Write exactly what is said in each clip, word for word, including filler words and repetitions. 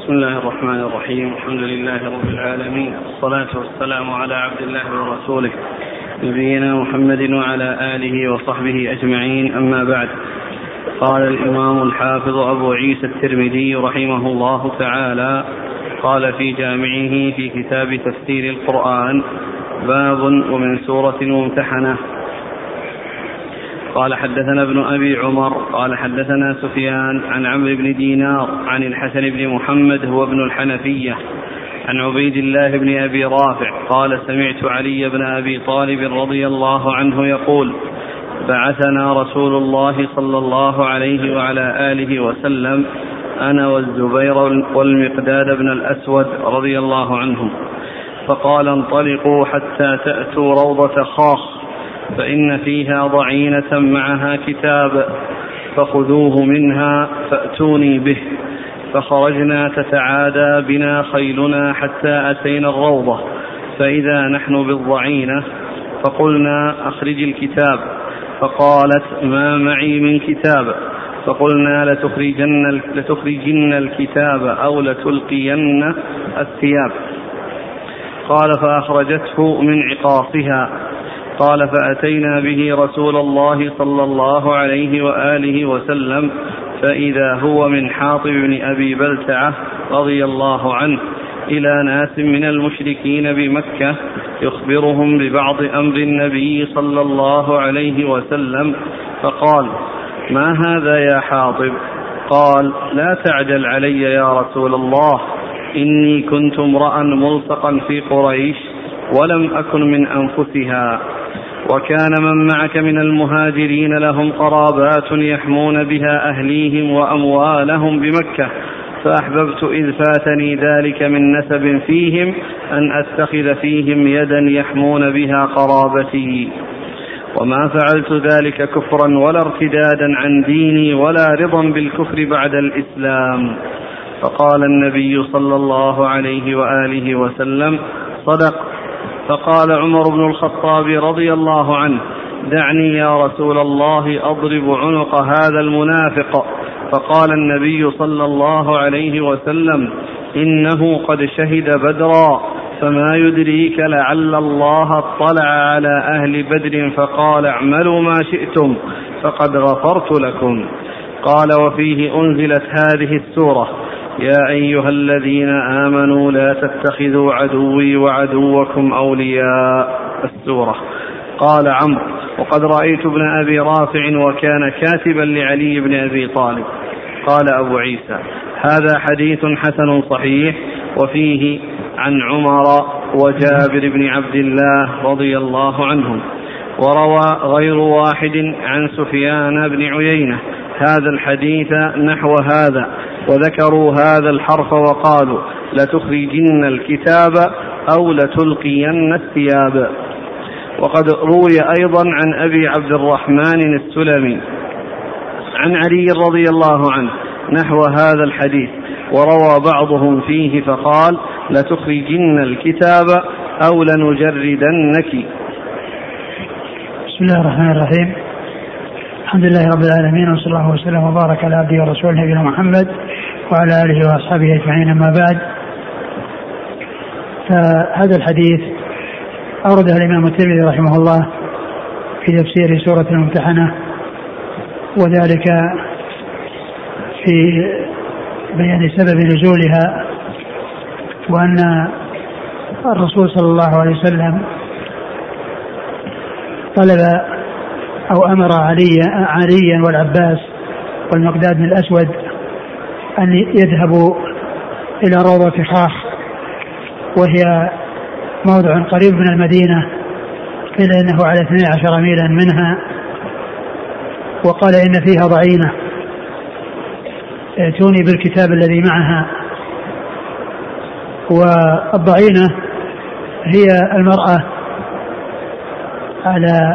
بسم الله الرحمن الرحيم. الحمد لله رب العالمين، الصلاة والسلام على عبد الله ورسوله نبينا محمد وعلى آله وصحبه أجمعين، أما بعد. قال الإمام الحافظ أبو عيسى الترمذي رحمه الله تعالى قال في جامعه في كتاب تفسير القرآن: باب ومن سورة ممتحنة. قال حدثنا ابن أبي عمر قال حدثنا سفيان عن عمرو بن دينار عن الحسن بن محمد هو ابن الحنفية عن عبيد الله بن أبي رافع قال: سمعت علي بن أبي طالب رضي الله عنه يقول: بعثنا رسول الله صلى الله عليه وعلى آله وسلم أنا والزبير والمقداد بن الأسود رضي الله عنهم، فقال: انطلقوا حتى تأتوا روضة خاخ فإن فيها ضعينة معها كتاب، فخذوه منها فأتوني به. فخرجنا تتعادى بنا خيلنا حتى أتينا الروضة، فإذا نحن بالضعينة، فقلنا: أخرج الكتاب. فقالت: ما معي من كتاب. فقلنا: لتخرجن, لتخرجن الكتاب أو لتلقين الثياب. قال: فأخرجته من عقاصها. قال: فأتينا به رسول الله صلى الله عليه وآله وسلم، فإذا هو من حاطب بن أبي بلتعة رضي الله عنه إلى ناس من المشركين بمكة يخبرهم ببعض أمر النبي صلى الله عليه وسلم، فقال: ما هذا يا حاطب؟ قال: لا تعجل علي يا رسول الله، إني كنت امرأ ملصقا في قريش ولم أكن من أنفسها، وكان من معك من المهاجرين لهم قرابات يحمون بها أهليهم وأموالهم بمكة، فأحببت إذ فاتني ذلك من نسب فيهم أن أتخذ فيهم يدا يحمون بها قرابتي، وما فعلت ذلك كفرا ولا ارتدادا عن ديني ولا رضا بالكفر بعد الإسلام. فقال النبي صلى الله عليه وآله وسلم: صدق. فقال عمر بن الخطاب رضي الله عنه: دعني يا رسول الله أضرب عنق هذا المنافق. فقال النبي صلى الله عليه وسلم: إنه قد شهد بدرا، فما يدريك لعل الله اطلع على أهل بدر فقال: اعملوا ما شئتم فقد غفرت لكم. قال: وفيه أنزلت هذه السورة: يا أيها الذين آمنوا لا تتخذوا عدوي وعدوكم أولياء، السورة. قال عمرو: وقد رأيت ابن أبي رافع وكان كاتبا لعلي بن أبي طالب. قال أبو عيسى: هذا حديث حسن صحيح، وفيه عن عمر وجابر بن عبد الله رضي الله عنهم. وروى غير واحد عن سفيان بن عيينة هذا الحديث نحو هذا، وذكروا هذا الحرف وقالوا: لتخرجن الكتاب أو لتلقين الثياب. وقد روي أيضا عن أبي عبد الرحمن السلمي عن علي رضي الله عنه نحو هذا الحديث، وروى بعضهم فيه فقال: لتخرجن الكتاب أو لنجردنك. بسم الله الرحمن الرحيم. الحمد لله رب العالمين، وصلى الله وسلم وبارك على عبده ورسوله نبينا محمد وعلى آله وأصحابه أجمعين، أما بعد. فهذا الحديث أورده الإمام الترمذي رحمه الله في تفسير سورة الممتحنة، وذلك في بيان سبب نزولها، وأن الرسول صلى الله عليه وسلم طلب أو أمر عليا عليا والعباس والمقداد بن الأسود أن يذهبوا إلى روضة خاخ، وهي موضع قريب من المدينة، قيل إنه على اثني عشر ميلا منها، وقال إن فيها ضعينة، ائتوني بالكتاب الذي معها. والضعينة هي المرأة على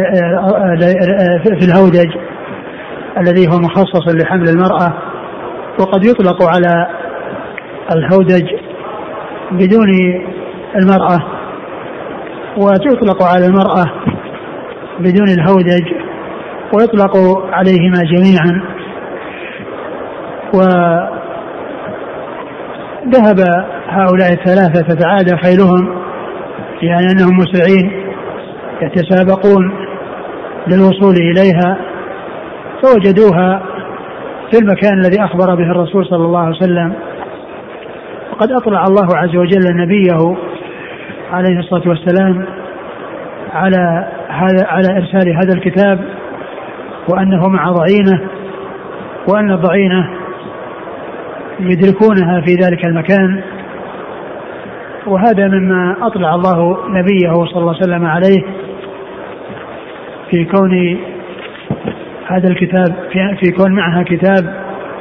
في الهودج الذي هو مخصص لحمل المرأة، وقد يطلق على الهودج بدون المرأة، وتطلق على المرأة بدون الهودج، ويطلق عليهما جميعا. ذهب هؤلاء الثلاثة تتعادى خيلهم، يعني أنهم مسرعين يتسابقون للوصول إليها، فوجدوها في المكان الذي أخبر به الرسول صلى الله عليه وسلم. وقد أطلع الله عز وجل نبيه عليه الصلاة والسلام على هذا على إرسال هذا الكتاب، وأنه مع ضعينه، وأن الضعينة يدركونها في ذلك المكان. وهذا مما أطلع الله نبيه صلى الله عليه وسلم عليه في كون هذا الكتاب في كون معها كتاب،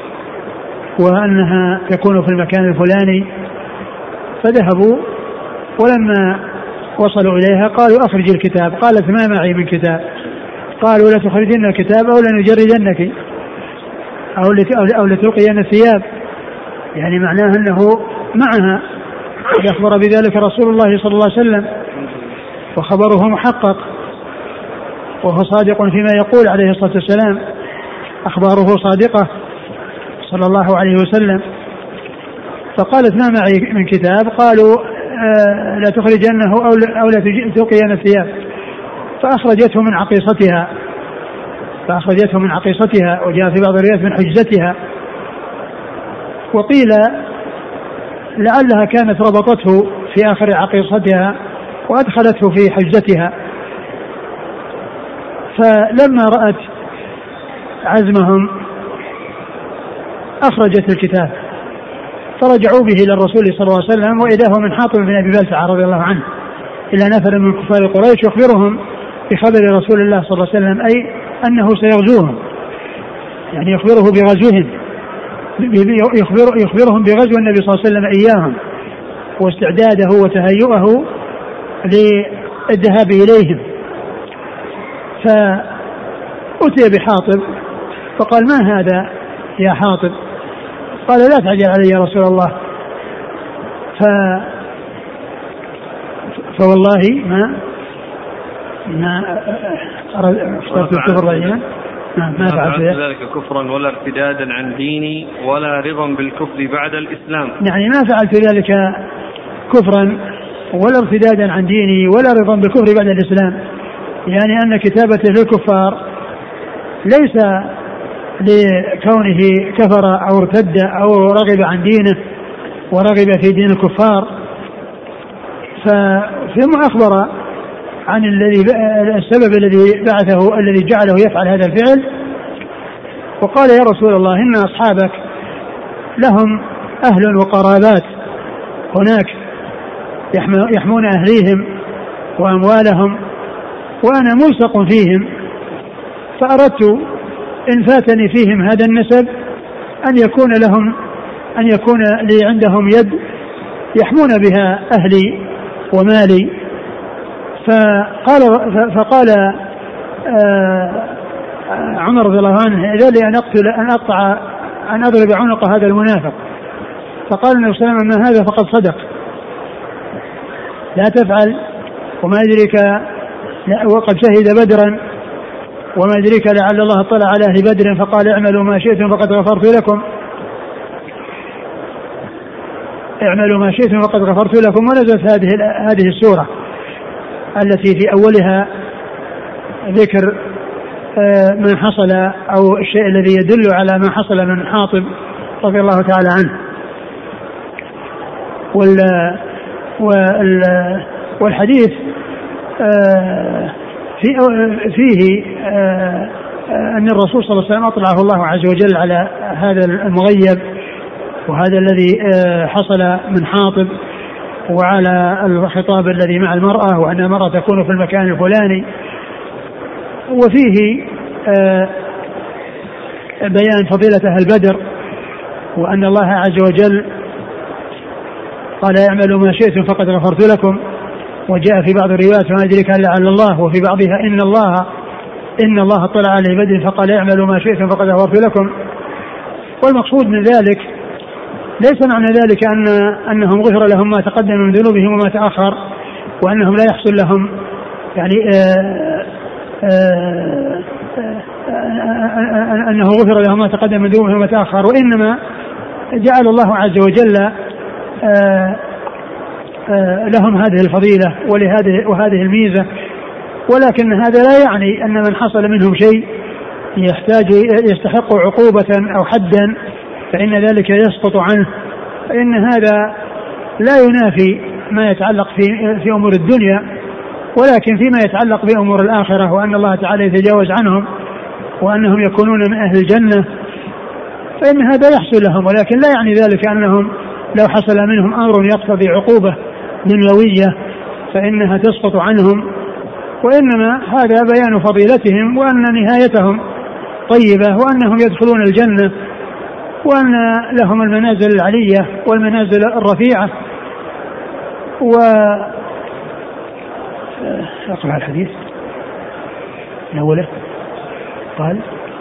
وأنها تكون في المكان الفلاني. فذهبوا ولما وصلوا إليها قالوا أخرج الكتاب. قالت ما معي من كتاب. قالوا لا تخرجن الكتاب أو لنجردنك أو لتلقين الثياب، يعني معناه أنه معها، يخبر بذلك رسول الله صلى الله عليه وسلم وخبره محقق، وهو صادق فيما يقول عليه الصلاة والسلام، أخباره صادقة صلى الله عليه وسلم. فقالت ما معي من كتاب. قالوا آه لا تخرجنه أو لا تلقين الثياب. فأخرجته من عقيصتها فأخرجته من عقيصتها وجاء في بعض الروايات من حجزتها. وقيل لعلها كانت ربطته في آخر عقيصتها وأدخلته في حجزتها. فلما رأت عزمهم أخرجت الكتاب، فرجعوا به إلى الرسول صلى الله عليه وسلم، وإذا هو من حاطب بن أبي بلتعة رضي الله عنه إلى نفر من كفار قريش يخبرهم بخبر رسول الله صلى الله عليه وسلم، أي أنه سيغزوهم، يعني يخبره بغزوهم يخبر يخبرهم بغزو النبي صلى الله عليه وسلم إياهم واستعداده وتهيئه للذهاب إليهم. فأتي بحاطب فقال ما هذا يا حاطب؟ قال لا تعجل علي يا رسول الله. ف فوالله ما ما اخترت الكفر ضيعا ما, ما فعلت ذلك كفرا ولا ارتدادا عن ديني ولا رضا بالكفر بعد الإسلام. يعني ما فعلت ذلك كفرا ولا ارتدادا عن ديني ولا رضا بالكفر بعد الإسلام، يعني أن كتابته للكفار ليس لكونه كفر أو ارتد أو رغب عن دينه ورغب في دين الكفار. فثم أخبر عن الذي السبب الذي بعثه الذي جعله يفعل هذا الفعل، وقال يا رسول الله إن أصحابك لهم أهل وقرابات هناك يحمون أهليهم وأموالهم وأنا ملصق فيهم، فأردت إن فاتني فيهم هذا النسب أن يكون لهم أن يكون لي عندهم يد يحمون بها أهلي ومالي. فقال فقال آه عمر رضي الله عنه إذا لي أن أقتل أن أقطع أن أضرب عنق هذا المنافق. فقال النبي صلى الله عليه وسلم هذا فقد صدق لا تفعل وما يدريك وقد شهد بدرا وما يدريك لعل الله اطلع على أهل بدر فقال اعملوا ما شئتم فقد غفرت لكم اعملوا ما شئتم فقد غفرت لكم. ونزلت هذه هذه السورة التي في أولها ذكر ما حصل أو الشيء الذي يدل على ما حصل من حاطب رضي الله تعالى عنه. والحديث فيه أن الرسول صلى الله عليه وسلم أطلعه الله عز وجل على هذا المغيب وهذا الذي حصل من حاطب وعلى الخطاب الذي مع المرأة وأن المرأة تكون في المكان الفلاني. وفيه بيان فضيلة أهل بدر وأن الله عز وجل قال اعملوا ما شئتم فقد غفرت لكم. وجاء في بعض الروايات ما يدريك لعل الله وفي بعضها إن الله إن الله اطلع على بدر فقال اعملوا ما شئتم فقد غفرت لكم. والمقصود من ذلك ليس معنى ذلك أن أنهم غفر لهم ما تقدم من ذنوبهم وما تأخر وأنهم لا يحصل لهم يعني آآ آآ آآ أنه غفر لهم ما تقدم من ذنوبهم وما تأخر، وإنما جعل الله عز وجل آآ آآ لهم هذه الفضيلة ولهذه وهذه الميزة، ولكن هذا لا يعني أن من حصل منهم شيء يحتاج يستحق عقوبة أو حدا فإن ذلك يسقط عنه، فإن هذا لا ينافي ما يتعلق في في أمور الدنيا، ولكن فيما يتعلق بأمور الآخرة وأن الله تعالى يتجاوز عنهم وأنهم يكونون من أهل الجنة فإن هذا يحصل لهم، ولكن لا يعني ذلك أنهم لو حصل منهم أمر يقتضي عقوبة دنيوية فإنها تسقط عنهم، وإنما هذا بيان فضيلتهم وأن نهايتهم طيبة وأنهم يدخلون الجنة وأن لهم المنازل العلية والمنازل الرفيعة. و أقرأ الحديث من أوله. قال: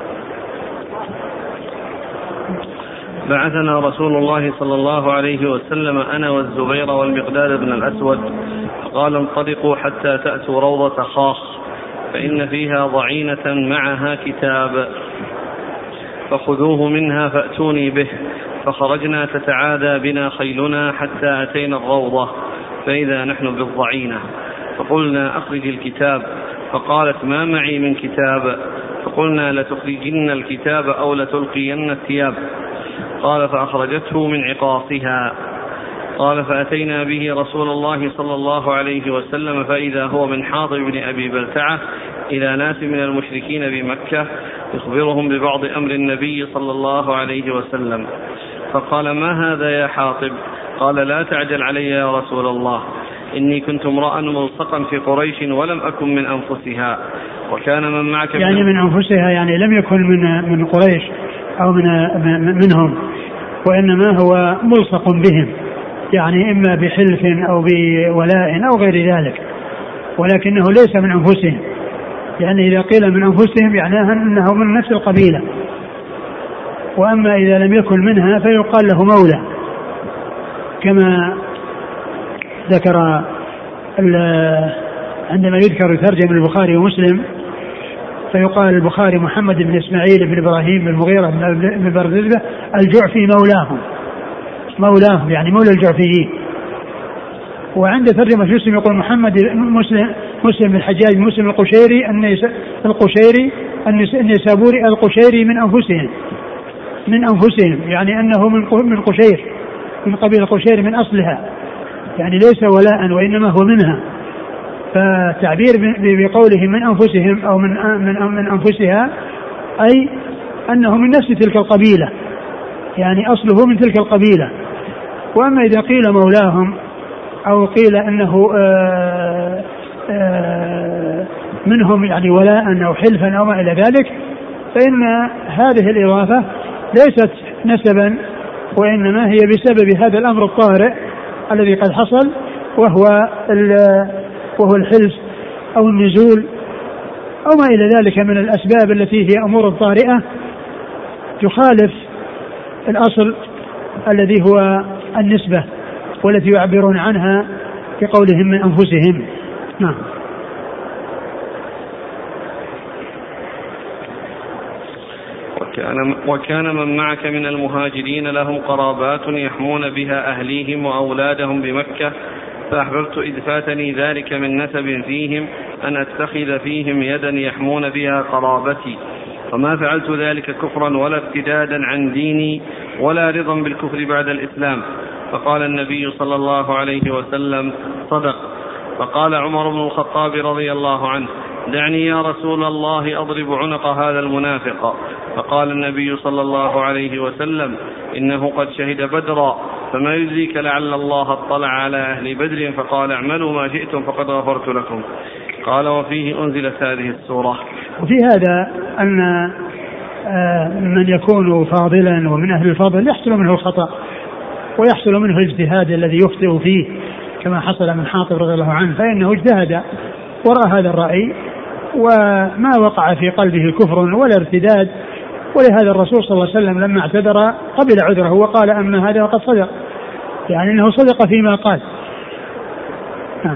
بعثنا رسول الله صلى الله عليه وسلم أنا والزبير والمقداد بن الأسود فقال: انطلقوا حتى تأتوا روضة خاخ فإن فيها ضعينة معها كتاب فخذوه منها فأتوني به. فخرجنا تتعادى بنا خيلنا حتى أتينا الروضة فإذا نحن بالضعينة فقلنا: أخرج الكتاب. فقالت: ما معي من كتاب. فقلنا: لتخرجن الكتاب أو لتلقين الثياب. قال: فأخرجته من عقاصها. قال: فأتينا به رسول الله صلى الله عليه وسلم فإذا هو من حاطب بن أبي بلتعة إلى ناس من المشركين بمكة يخبرهم ببعض أمر النبي صلى الله عليه وسلم. فقال: ما هذا يا حاطب؟ قال: لا تعجل علي يا رسول الله، إني كنت امرأ ملصقا في قريش ولم أكن من أنفسها وكان من معك يعني من أنفسها يعني لم يكن من من قريش أو من منهم، وإنما هو ملصق بهم يعني إما بحلف أو بولاء أو غير ذلك، ولكنه ليس من أنفسهم، يعني إذا قيل من أنفسهم يعني أنه من نفس القبيلة، وأما إذا لم يكن منها فيقال له مولى كما ذكر عندما يذكر ترجمة البخاري ومسلم فيقال البخاري محمد بن إسماعيل بن إبراهيم بن المغيرة بن بردزبة الجعفي مولاهم مولاهم يعني مولى الجعفيين. وعند ترجمة مسلم يقول محمد مسلم مسلم الحجاج مسلم القشيري القشيري النسابوري القشيري من أنفسهم من أنفسهم يعني أنه من من قشير من قبيلة قشير من أصلها، يعني ليس ولاء وإنما هو منها. فتعبير بقوله من أنفسهم أو من من من أنفسها أي أنه من نفس تلك القبيلة، يعني أصله من تلك القبيلة. وأما إذا قيل مولاهم أو قيل أنه آآ آآ منهم يعني ولاء أو حلفا أو ما إلى ذلك فإن هذه الإضافة ليست نسبا وإنما هي بسبب هذا الأمر الطارئ الذي قد حصل وهو وهو الحلف أو النزول أو ما إلى ذلك من الأسباب التي هي أمور طارئة تخالف الأصل الذي هو النسبة والتي يعبرون عنها بقولهم من أنفسهم. نعم. وكان, وكان من معك من المهاجرين لهم قرابات يحمون بها أهليهم وأولادهم بمكة فأحببت إذ فاتني ذلك من نسب فيهم أن أتخذ فيهم يدا يحمون بها قرابتي، وما فعلت ذلك كفرا ولا ابتدادا عن ديني ولا رضا بالكفر بعد الإسلام. فقال النبي صلى الله عليه وسلم: صدق. فقال عمر بن الخطاب رضي الله عنه: دعني يا رسول الله أضرب عنق هذا المنافق. فقال النبي صلى الله عليه وسلم: إنه قد شهد بدرا فما يدريك لعل الله اطلع على أهل بدر فقال: اعملوا ما شئتم فقد غفرت لكم. قال: وفيه أنزلت هذه السورة. وفي هذا أن من يكون فاضلا ومن أهل الفضل يحصل منه الخطأ ويحصل منه الاجتهاد الذي يخطئ فيه كما حصل من حاطب رضي الله عنه، فإنه اجتهد وراء هذا الرأي وما وقع في قلبه كفر ولا ارتداد، ولهذا الرسول صلى الله عليه وسلم لما اعتذر قبل عذره وقال: أما هذا وقد صدق، يعني أنه صدق فيما قال. آه.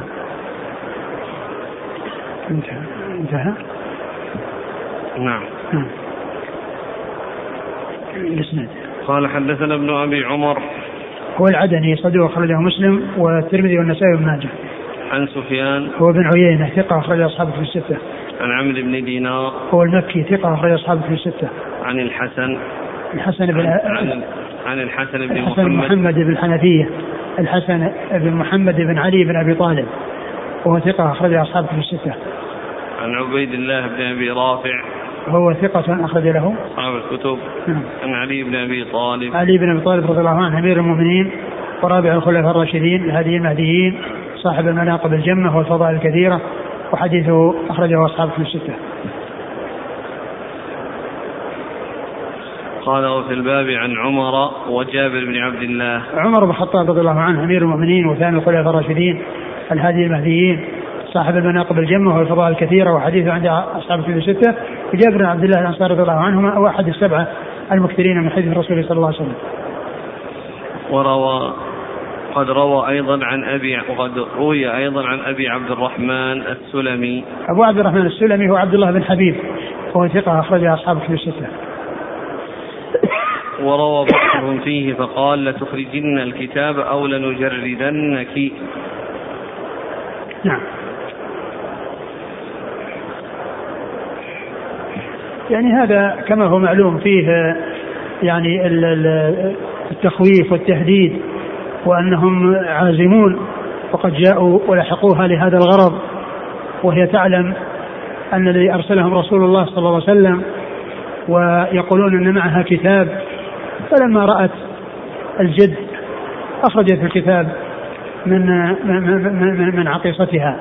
انتهى انتهى نعم. آه. الاسناد. قال: حدثنا ابن أبي عمر هو العدني صدوق أخرجه مسلم والترمذي والنسائي وابن ماجه. عن سفيان هو ابن عيينة ثقة أخرج أصحابه في الستة. عن عمرو بن دينار هو المكي ثقة أخرج أصحابه في الستة. عن الحسن الحسن بن عن, عن الحسن بن الحسن محمد محمد بن الحنفية الحسن بن محمد بن علي بن أبي طالب وهو ثقة أخرج أصحابه في الستة. عن عبيد الله بن أبي رافع وهو ثقة أخرج له أصحاب الكتب. نعم. عن علي بن أبي طالب علي بن أبي طالب رضي الله عنه أمير المؤمنين ورابع الخلفاء الراشدين الهاديين المهديين صاحب المناقب الجمة والفضائل الكثيرة وحديثه أخرجه أصحابه في الستة. قال وفي الباب عن عمر وجابر بن عبد الله. عمر بن الخطاب رضي الله عنه أمير المؤمنين وثاني الخلفاء الراشدين الهاديين المهديين صاحب المناقب الجمة والفضائل الكثيرة وحديثه عند أصحابه في الستة. وجابر بن عبد الله الأنصاري رضي الله عنهما هو أحد السبعة المكثرين من حديث الرسول صلى الله عليه وسلم. وروى قد روى أيضا عن أبي وقد روي أيضا عن أبي عبد الرحمن السلمي. أبو عبد الرحمن السلمي هو عبد الله بن حبيب وهو ثقة أخرج أصحابه في الستة. وروى بعضهم فيه فقال لتخرجن الكتاب أو لنجردنك. نعم. يعني هذا كما هو معلوم فيه يعني التخويف والتهديد وأنهم عازمون وقد جاءوا ولحقوها لهذا الغرض وهي تعلم أن الذي أرسلهم رسول الله صلى الله عليه وسلم ويقولون أن معها كتاب. فلما رأت الجد أخرجت الكتاب من من من, من عقيصتها.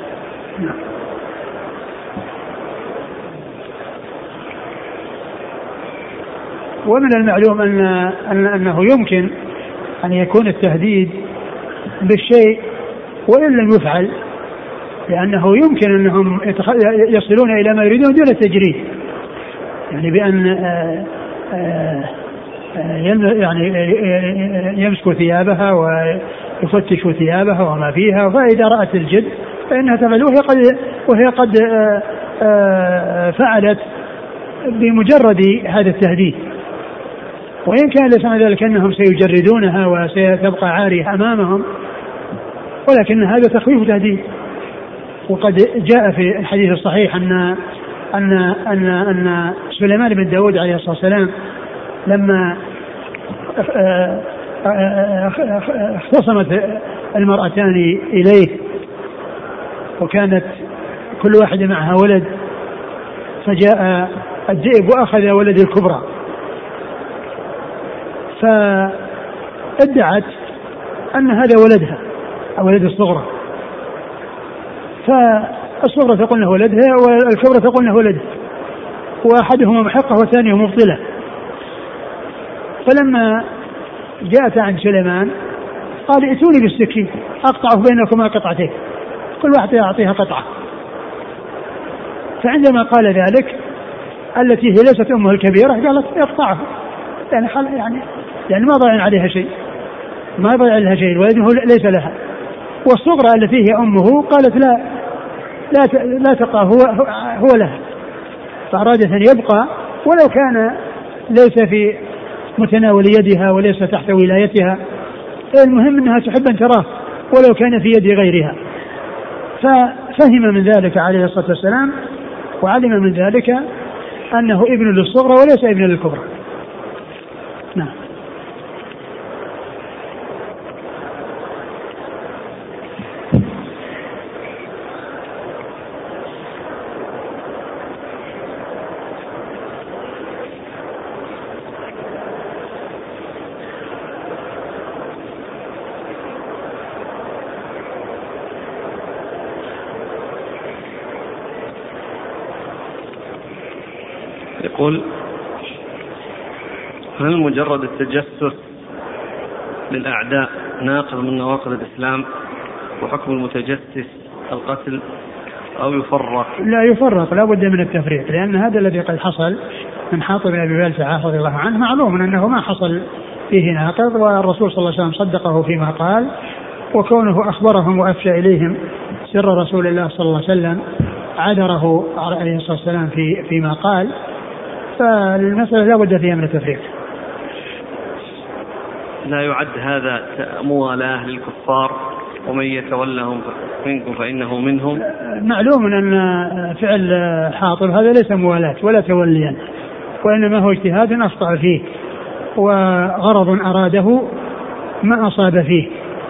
ومن المعلوم أن أن أنه يمكن أن يكون التهديد بالشيء وإن لم يفعل لأنه يمكن أنهم يصلون إلى ما يريدون دون التجريد يعني بأن آآ آآ يعني يمسك ثيابها ويفتش ثيابها وما فيها فإذا رأت الجد فإنها تفعل وهي قد, وهي قد فعلت بمجرد هذا التهديد. وإن كان ليس ذلك أنهم سيجردونها وستبقى عارية أمامهم ولكن هذا تخويف تهديد. وقد جاء في الحديث الصحيح أن أن أن أن سليمان بن داود عليه الصلاة والسلام لما اختصمت المرأتان إليه وكانت كل واحدة معها ولد فجاء الذئب وأخذ ولد الكبرى فادعت أن هذا ولدها أو ولد الصغرى فالصغرى تقول له ولدها والكبرى تقول له ولدها وأحدهما محقة والثاني مبطلة. فلما جاءت عند سليمان قال ائتوني بالسكين أقطع بينكما قطعتين كل واحدة يعطيها قطعة. فعندما قال ذلك التي هي ليست أمه الكبيرة قالت اقطعه يعني يعني يعني ما ضيع عليها شيء ما ضيع لها شيء ولده ليس لها. والصغرى التي هي أمه قالت لا لا لا تقع هو هو لها فأرادت أن يبقى ولو كان ليس في متناول يدها وليس تحت ولايتها المهم أنها تحب أن تراه ولو كان في يد غيرها. ففهم من ذلك عليه الصلاة والسلام وعلم من ذلك أنه ابن للصغرى وليس ابن للكبرى. نعم. يقول هل مجرد التجسس للأعداء ناقض من نواقض الإسلام وحكم المتجسس القتل أو يفرق؟ لا يفرق لا بد من التفريق لأن هذا الذي قد حصل من حاطب أبي بلتعة رضي الله عنه معلوم أنه ما حصل فيه ناقض والرسول صلى الله عليه وسلم صدقه فيما قال وكونه أخبرهم وأفشى إليهم سر رسول الله صلى الله عليه وسلم عذره عليه الصلاة والسلام في فيما قال. فالمسألة لا بد فيها من التفريق. لا يعد هذا موالاة للكفار ومن يتولهم منكم فإنه منهم؟ معلوم أن فعل حاطب هذا ليس موالاة ولا توليا، وإنما هو اجتهاد أخطأ فيه وغرض أراده ما أصاب فيه.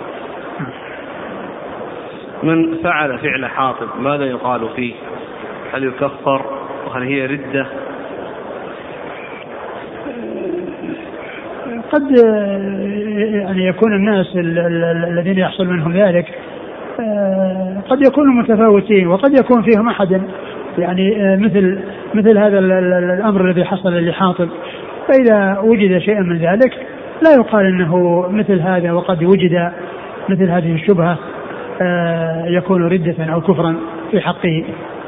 من فعل فعل حاطب ماذا يقال فيه؟ هل يكفر وهل هي ردة؟ قد يعني يكون الناس الذين يحصل منهم ذلك قد يكونوا متفاوتين، وقد يكون فيهم أحد يعني مثل مثل هذا الأمر الذي حصل لحاطب، فإذا وجد شيء من ذلك لا يقال أنه مثل هذا وقد وجد مثل هذه الشبهة يكون ردة أو كفرا في حقه.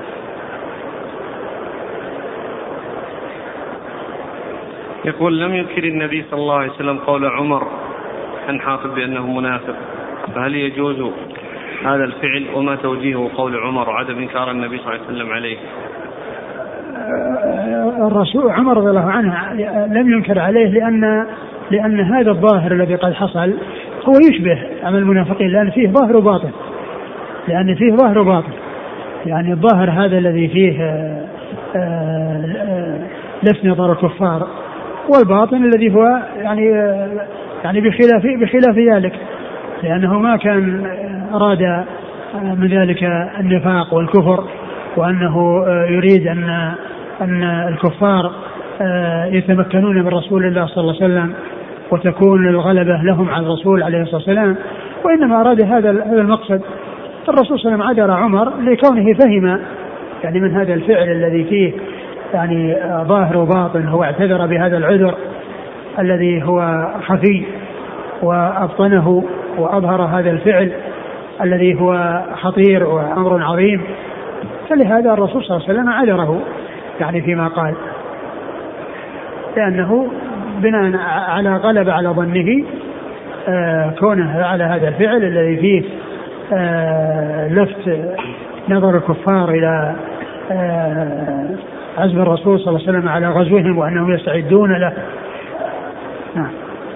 يقول لم ينكر النبي صلى الله عليه وسلم قول عمر عن حاطب بأنه منافق، فهل يجوز هذا الفعل؟ وما توجيهه قول عمر وعدم إنكار النبي صلى الله عليه وسلم عليه؟ الرسول عمر رضي الله عنه لم ينكر عليه لأن لأن هذا الظاهر الذي قد حصل هو يشبه عمل المنافقين، لأن فيه ظاهر وباطن لأن فيه ظاهر وباطن يعني الظاهر هذا الذي فيه لفت نظر الكفار، والباطن الذي هو يعني يعني بخلاف بخلاف ذلك، لأنه ما كان أراد من ذلك النفاق والكفر، وأنه يريد أن أن الكفار يتمكنون من رسول الله صلى الله عليه وسلم وتكون الغلبة لهم على الرسول عليه الصلاة والسلام، وإنما أراد هذا هذا المقصد. الرسول صلى الله عليه وسلم عذر عمر لكونه فهم يعني من هذا الفعل الذي فيه يعني ظاهر وباطن، هو اعتذر بهذا العذر الذي هو خفي وأبطنه وأظهر هذا الفعل الذي هو خطير وأمر عظيم، فلهذا الرسول صلى الله عليه وسلم عذره يعني فيما قال، لأنه بناء على غلب على ظنه آه كونه على هذا الفعل الذي فيه آه لفت نظر الكفار إلى آه عزم الرسول صلى الله عليه وسلم على غزوهم وأنهم يستعدون له. نعم.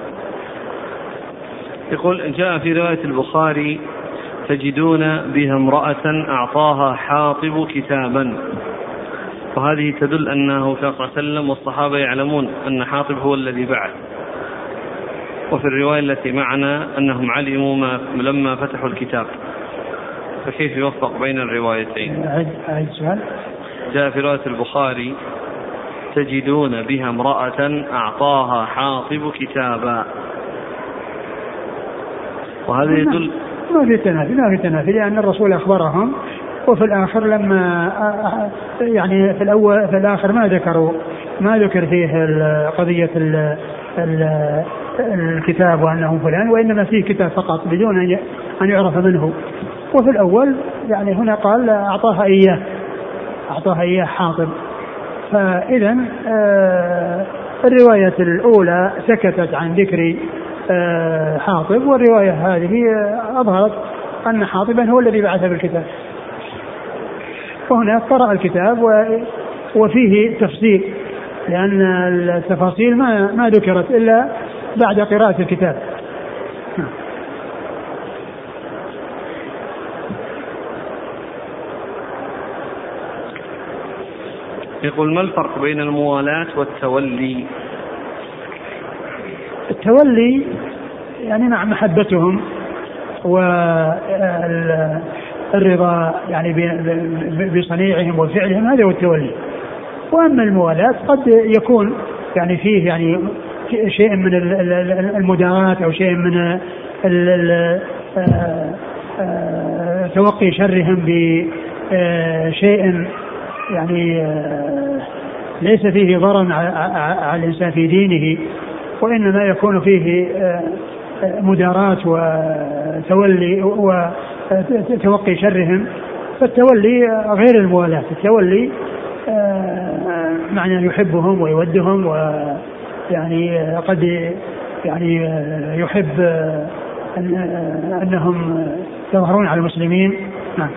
يقول جاء في رواية البخاري تجدون بها امرأة أعطاها حاطب كتابا، وهذه تدل أنه صلى الله عليه وسلم والصحابة يعلمون أن حاطب هو الذي بعث، وفي الرواية التي معنا أنهم علموا ما لما فتحوا الكتاب، فكيف يوفق بين الروايتين؟ جاء في رواية البخاري تجدون بها امرأة أعطاها حاطب كتابا، وهذا يدل ما في تنافي ما في تنافي لأن الرسول أخبرهم، وفي الآخر لما يعني في الأول في الآخر ما ذكروا ما ذكر فيه قضية الكتاب وأنه فلان، وإنما فيه كتاب فقط بدون أن يعرف منه. وفي الأول يعني هنا قال أعطاها إياه أعطاها إياه حاطب، فإذا الرواية الأولى سكتت عن ذكر حاطب، والرواية هذه أظهرت أن حاطبا هو الذي بعث بالكتاب، وهنا قرأ الكتاب وفيه تفصيل، لأن التفاصيل ما ما ذكرت إلا بعد قراءة الكتاب. يقول ما الفرق بين الموالاة والتولي؟ التولي يعني مع محبتهم والرضا يعني بصنيعهم وفعلهم، هذا هو التولي. وأما الموالاة قد يكون يعني فيه يعني شيء من المداراة أو شيء من توقي شرهم بشيء يعني ليس فيه ضرر على الإنسان في دينه، وإنما يكون فيه مداراة وتولي وتوقي شرهم. فالتولي غير الموالاة، التولي معنى يحبهم ويودهم، ويعني قد يعني يحب أنهم يظهرون على المسلمين. نعم.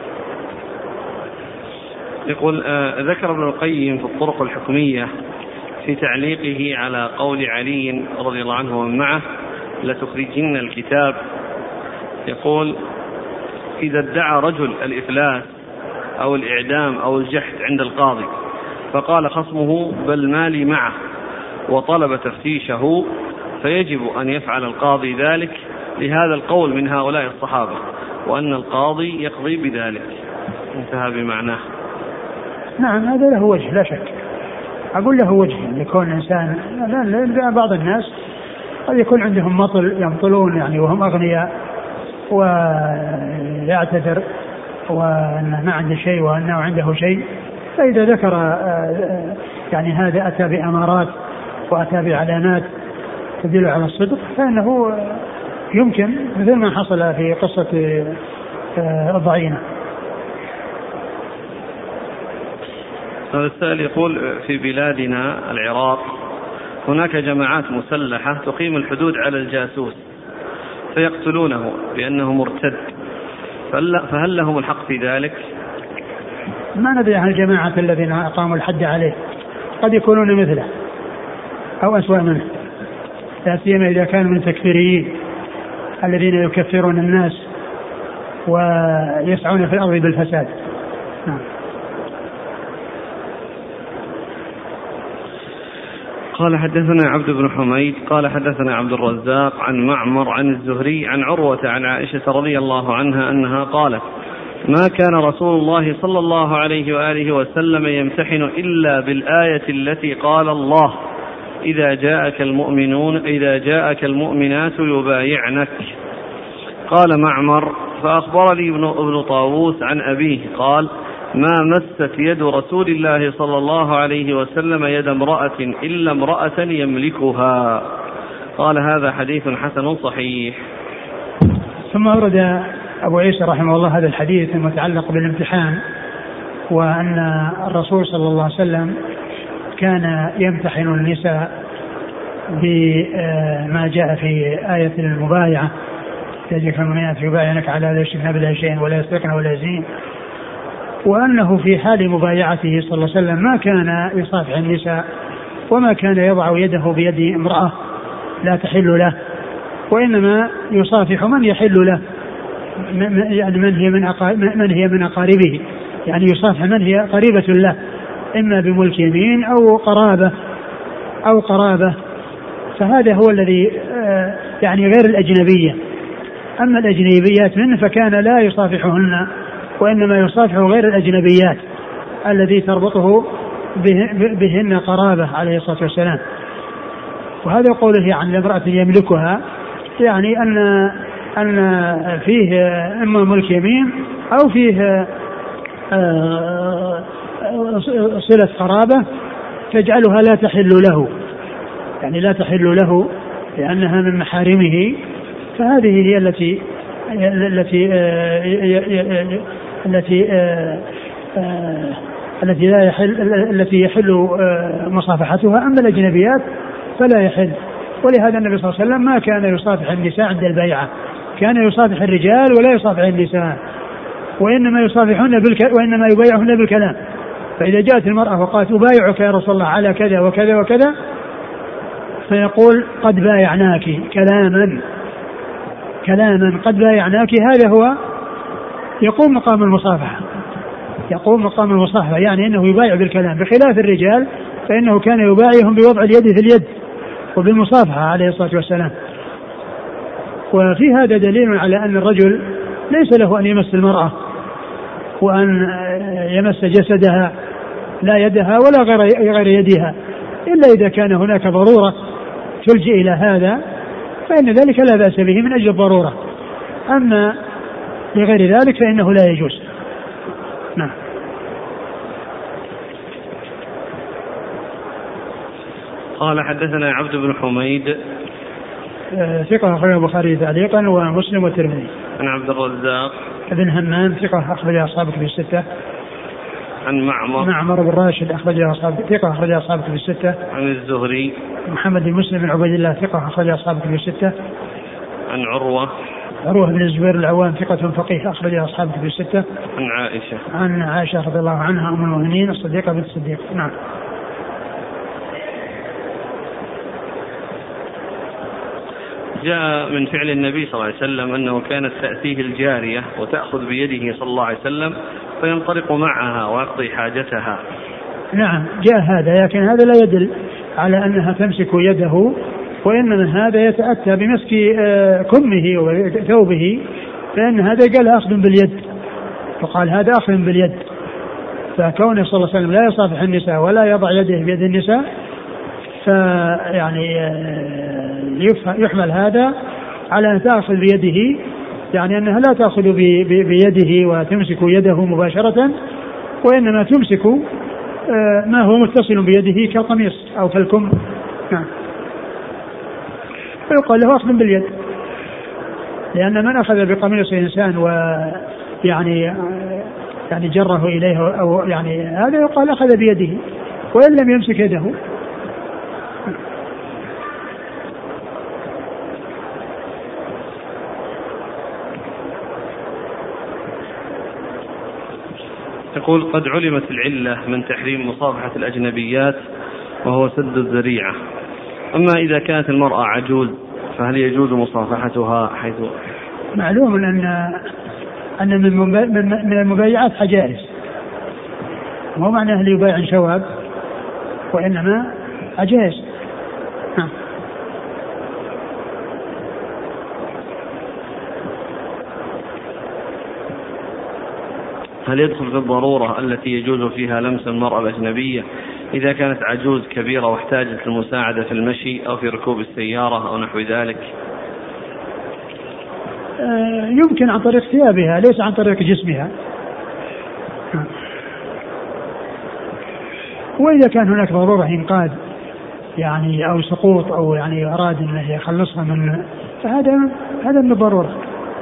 يقول آه ذكر ابن القيم في الطرق الحكمية في تعليقه على قول علي رضي الله عنه ومن معه لتخرجن الكتاب، يقول: إذا ادعى رجل الإفلاس أو الإعدام أو الجحد عند القاضي فقال خصمه بل مالي معه وطلب تفتيشه، فيجب أن يفعل القاضي ذلك لهذا القول من هؤلاء الصحابة، وأن القاضي يقضي بذلك. انتهى بمعناه. نعم، هذا له وجه لا شك، أقول له وجه يكون الإنسان، لا بعض الناس قد يكون عندهم مطل يمطلون يعني وهم أغنياء ويعتذر وأنه ما عنده شيء وأنه عنده شيء، فإذا ذكر يعني هذا أتى بأمارات وأتى بعلامات تدل على الصدق فإنه يمكن، مثل ما حصل في قصة الضعينة. هذا السائل يقول: في بلادنا العراق هناك جماعات مسلحة تقيم الحدود على الجاسوس فيقتلونه بأنه مرتد، فهل لهم الحق في ذلك؟ ما ندري عن الجماعة الذين أقاموا الحد عليه، قد يكونون مثله أو أسوأ منه، لا سيما إذا كانوا من تكفيريين الذين يكفرون الناس ويسعون في الأرض بالفساد. نعم. قال: حدثنا عبد بن حميد قال حدثنا عبد الرزاق عن معمر عن الزهري عن عروة عن عائشة رضي الله عنها أنها قالت: ما كان رسول الله صلى الله عليه وآله وسلم يمتحن إلا بالآية التي قال الله: إذا جاءك المؤمنون إذا جاءك المؤمنات يبايعنك. قال معمر: فأخبرني ابن, ابن طاووس عن أبيه قال: ما مست يد رسول الله صلى الله عليه وسلم يد امرأة إلا امرأة يملكها. قال: هذا حديث حسن صحيح. ثم أورد أبو عيسى رحمه الله هذا الحديث المتعلق بالامتحان، وأن الرسول صلى الله عليه وسلم كان يمتحن النساء بما جاء في آية المبايعة: يجب المؤمنات يبايعنك على لا يشركن بالله شيئا ولا يسرقن ولا يزنين، وأنه في حال مبايعته صلى الله عليه وسلم ما كان يصافح النساء وما كان يضع يده بيد امرأة لا تحل له، وإنما يصافح من يحل له، يعني من هي من من هي من أقاربه، يعني يصافح من هي قريبة له، إما بملك يمين أو قرابة أو قرابة فهذا هو الذي يعني غير الأجنبية. أما الأجنبيات منه فكان لا يصافحهن، وإنما يصافح غير الأجنبيات الذي تربطه بهن قرابة عليه الصلاة والسلام. وهذا قوله عن امرأة يملكها يعني أن أن فيه إما ملك يمين أو فيه صلة قرابة تجعلها لا تحل له، يعني لا تحل له لأنها من محارمه، فهذه هي التي التي التي التي لا يحل التي يحل مصافحتها. أما الأجنبيات فلا يحل. ولهذا النبي صلى الله عليه وسلم ما كان يصافح النساء عند البيعة، كان يصافح الرجال ولا يصافح النساء، وإنما يصافحون بالك... وإنما يبايعهن بالكلام. فإذا جاءت المرأة وقالت: أبايعك يا رسول الله على كذا وكذا وكذا، فيقول: قد بايعناك كلاما كلاما قد بايعناك. هذا هو يقوم مقام المصافحة، يقوم مقام المصافحة، يعني أنه يبايع بالكلام، بخلاف الرجال فإنه كان يبايعهم بوضع اليد في اليد وبالمصافحة عليه الصلاة والسلام. وفي هذا دليل على أن الرجل ليس له أن يمس المرأة وأن يمس جسدها، لا يدها ولا غير غير يدها، إلا إذا كان هناك ضرورة تلجئ إلى هذا فإن ذلك لا بأس به من أجل الضرورة، أما لغير ذلك فإنه لا يجوز. نعم. قال: حدثنا عبد بن حميد ثقة أخرج البخاري تعليقا ومسلم والترمذي. عن عبد الرزاق ابن همام ثقة أخرج أصحابه في الستة. عن معمر معمر بن راشد أخرج أصحابه ثقة أخرج أصحابه في الستة. عن الزهري محمد بن مسلم بن عبيد الله ثقة أخرج أصحابه في الستة. عن عروة عروة بن الزبير العوام ثقة فقيه أخرج أصحابه في الستة. عن عائشة عن عائشة رضي الله عنها أم المؤمنين الصديقة بنت الصديق. نعم. جاء من فعل النبي صلى الله عليه وسلم أنه كانت تأتيه الجارية وتأخذ بيده صلى الله عليه وسلم فينطلق معها ويقضي حاجتها. نعم جاء هذا، لكن هذا لا يدل على أنها تمسك يده، وإنما هذا يتأتى بمسك كمه وثوبه، فإن هذا قال أخذ باليد، وقال هذا أخذ باليد. فكونه صلى الله عليه وسلم لا يصافح النساء ولا يضع يده بيد النساء، فيعني يحمل هذا على أن تأخذ بيده، يعني أنها لا تأخذ بيده وتمسك يده مباشرة، وإنما تمسك ما هو متصل بيده كالقميص أو كالكم. نعم. فيقال له أخذ باليد، لأن من أخذ بقميص إنسان ويعني يعني جره إليه أو يعني هذا يقال أخذ بيده وإن لم يمسك يده. يقول قد علمت العلة من تحريم مصافحة الأجنبيات وهو سد الذريعة، أما إذا كانت المرأة عجوز فهل يجوز مصافحتها؟ حيث معلوم أن أن من المبايعات حجائز، مو معناه اللي يبايع شواب، وإنما حجائز. هل يدخل في الضرورة التي يجوز فيها لمس المرأة الأجنبية إذا كانت عجوز كبيرة واحتاجت المساعدة في المشي أو في ركوب السيارة أو نحو ذلك؟ يمكن عن طريق ثيابها ليس عن طريق جسمها. وإذا كان هناك ضرورة إنقاذ يعني أو سقوط أو يعني أراد أن يخلصها من، فهذا هذا من الضرورة.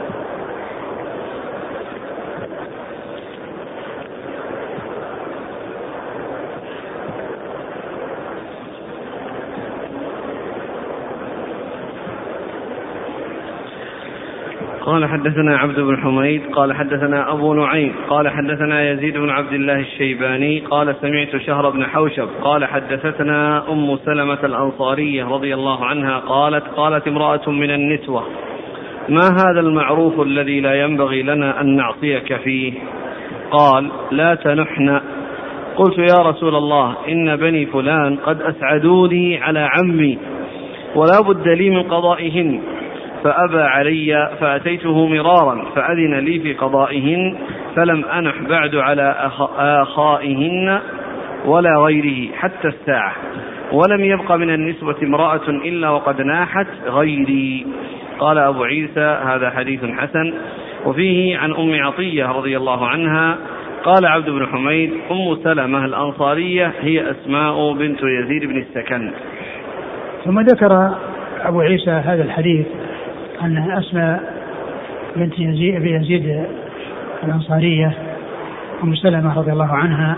قال حدثنا عبد بن حميد قال حدثنا أبو نعيم قال حدثنا يزيد بن عبد الله الشيباني قال سمعت شهر بن حوشب قال حدثتنا أم سلمة الأنصارية رضي الله عنها قالت قالت امرأة من النسوة ما هذا المعروف الذي لا ينبغي لنا أن نعصيك فيه؟ قال لا تنحن. قلت يا رسول الله إن بني فلان قد أسعدوني على عمي ولا بد لي من قضائهن، فأبى علي فأتيته مرارا فأذن لي في قضائهن، فلم أنح بعد على آخائهن ولا غيره حتى الساعة، ولم يبق من النسوة امرأة إلا وقد ناحت غيري. قال أبو عيسى هذا حديث حسن. وفيه عن أم عطية رضي الله عنها قال عبد بن حميد أم سلمة الأنصارية هي أسماء بنت يزيد بن السكن. ثم ذكر أبو عيسى هذا الحديث أن أسماء بنت يزيد, يزيد الأنصارية أم سلمة رضي الله عنها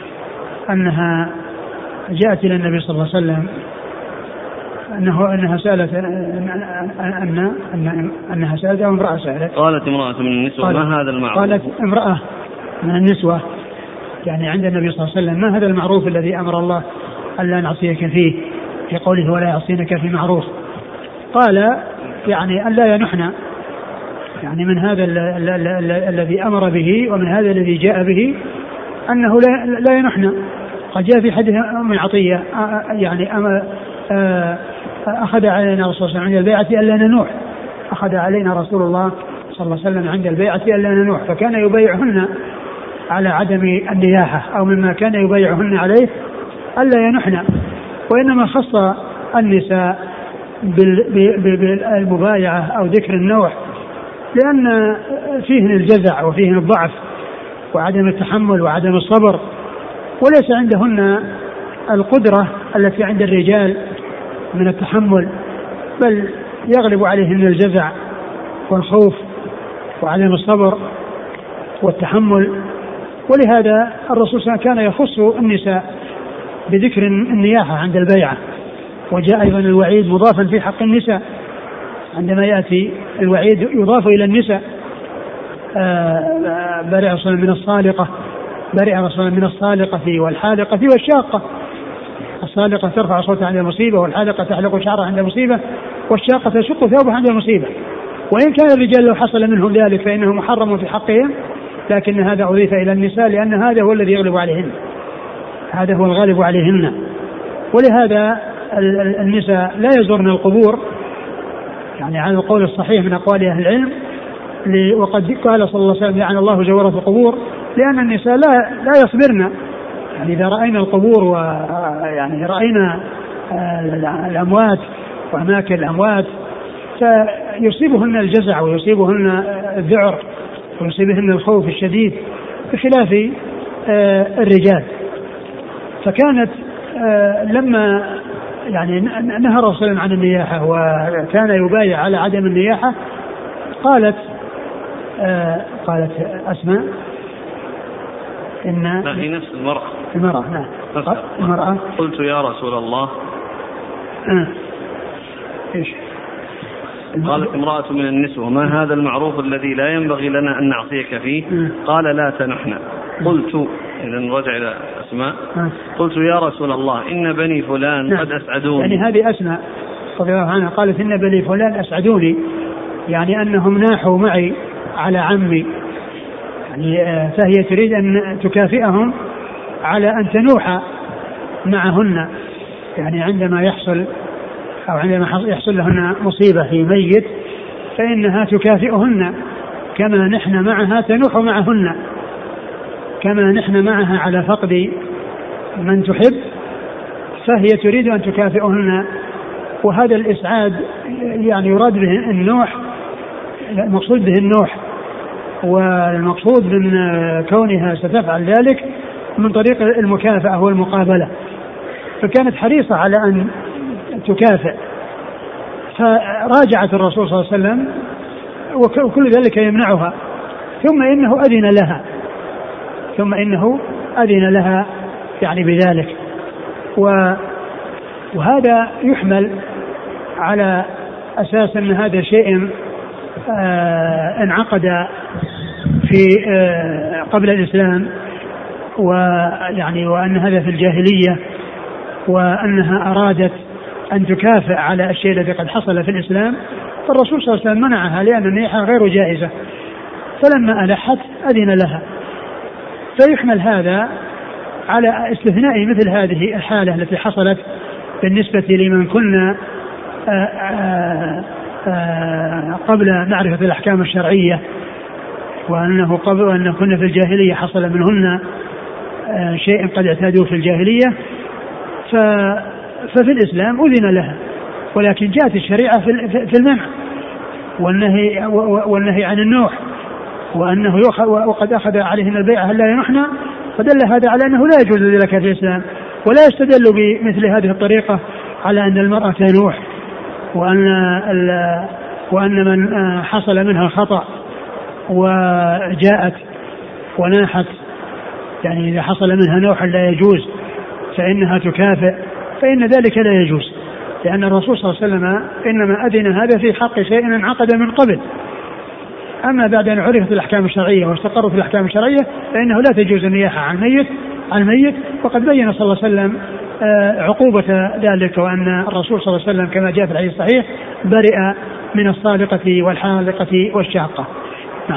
أنها جاءت إلى النبي صلى الله عليه وسلم أنه أنها سألت أن أن أنها سألت أو امرأة سألت. قالت امرأة من النسوة ما هذا المعروف؟ قالت امرأة من النسوة يعني عند النبي صلى الله عليه وسلم ما هذا المعروف الذي أمر الله ألا نعصيك فيه في قوله ولا يعصينك في معروف؟ قال يعني أن لا ينحن، يعني من هذا الذي أمر به ومن هذا الذي جاء به أنه لا ينحن. قد جاء في حديث أم عطية يعني أم أخذ علينا رسول الله عند البيعة ألا ننوح، أخذ علينا رسول الله صلى الله عليه وسلم عند البيعة ألا ننوح، فكان يبايعهن على عدم النياحة أو مما كان يبايعهن عليه ألا ينحن، وإنما خص النساء بالمبايعة أو ذكر النوح لأن فيهن الجزع وفيهن الضعف وعدم التحمل وعدم الصبر، وليس عندهن القدرة التي عند الرجال من التحمل، بل يغلب عليهن الجزع والخوف وعدم الصبر والتحمل. ولهذا الرسول صلى الله عليه وسلم كان يخص النساء بذكر النياحة عند البيعة. وجاء أيضا الوعيد مضافا في حق النساء، عندما يأتي الوعيد يضاف إلى النساء برئ رسول من الصالقة برئ رسول من الصالقة والحالقة والشاقة. الصالقة ترفع صوتها عند المصيبة والحالقة تحلق شعرها عند المصيبة والشاقة تشق ثوبها عند المصيبة. وإن كان الرجال لو حصل منهم ذلك فإنه محرم في حقهم، لكن هذا أضيف إلى النساء لأن هذا هو الذي يغلب عليهن، هذا هو الغالب عليهن. ولهذا النساء لا يزورن القبور، يعني على القول الصحيح من أقوال أهل العلم، وقد قال صلى الله عليه وسلم لعن الله زوارة القبور، لأن النساء لا لا يصبرن. يعني إذا رأينا القبور ويعني رأينا الأموات وأماكن الأموات فيصيبهن الجزع ويصيبهن الذعر ويصيبهن الخوف الشديد بخلاف الرجال. فكانت لما يعني نهى الرسول عن النياحة وكان يبايع على عدم النياحة، قالت قالت أسماء إن لا هي نفس المرأة المرأة نعم المرأة قلت يا رسول الله آه. إيش قالت امرأة من النسوة ما هذا المعروف الذي لا ينبغي لنا أن نعصيك فيه؟ آه. قال لا تنحنا. قلت إذن رجع إلى أسماء آه. قلت يا رسول الله إن بني فلان آه. قد أسعدوني. يعني هذه أسماء رضي الله عنها قالت إن بني فلان أسعدوني، يعني أنهم ناحوا معي على عمي، يعني فهي تريد أن تكافئهم على أن تنوح معهن، يعني عندما يحصل أو عندما يحصل لهن مصيبة في ميت فإنها تكافئهن كما نحن معها تنوح معهن، كما نحن معها على فقد من تحب فهي تريد أن تكافئهن. وهذا الإسعاد يعني يراد به النوح، المقصود به النوح، والمقصود من كونها ستفعل ذلك من طريق المكافأة والمقابلة، فكانت حريصة على أن تكافئ. فراجعت الرسول صلى الله عليه وسلم وكل ذلك يمنعها، ثم إنه أذن لها ثم إنه أذن لها يعني بذلك. وهذا يحمل على أساس أن هذا شيء آه انعقد في آه قبل الإسلام، ويعني وأن هذا في الجاهلية، وأنها أرادت أن تكافئ على الشيء الذي قد حصل في الإسلام، فالرسول صلى الله عليه وسلم منعها لأن النياحة غير جائزة، فلما ألحت أذن لها. فيحمل هذا على استثناء مثل هذه الحالة التي حصلت بالنسبة لمن كنا آآ آآ قبل معرفة الأحكام الشرعية، وأنه قبل أن كنا في الجاهلية حصل منهن شيء قد اعتادوا في الجاهلية، ففي الإسلام أذن لها، ولكن جاءت الشريعة في المنع والنهي, والنهي عن النوح، وأنه وقد أخذ عليهن البيعة هلا ينحنا، فدل هذا على أنه لا يجوز ذلك في الإسلام، ولا يستدل بمثل هذه الطريقة على أن المرأة تنوح، وأن وأن من حصل منها الخطأ وجاءت وناحت، يعني إذا حصل منها نوح لا يجوز فإنها تكافئ، فإن ذلك لا يجوز، لأن الرسول صلى الله عليه وسلم إنما أذن هذا في حق شيء انعقد من قبل. أما بعد أن عرفت الأحكام الشرعية واستقرت في الأحكام الشرعية فإنه لا تجوز النياحة عن الميت عن الميت وقد بين صلى الله عليه وسلم عقوبة ذلك، وأن الرسول صلى الله عليه وسلم كما جاء في الحديث الصحيح برئ من الصالقة والحالقة والشاقة. نعم.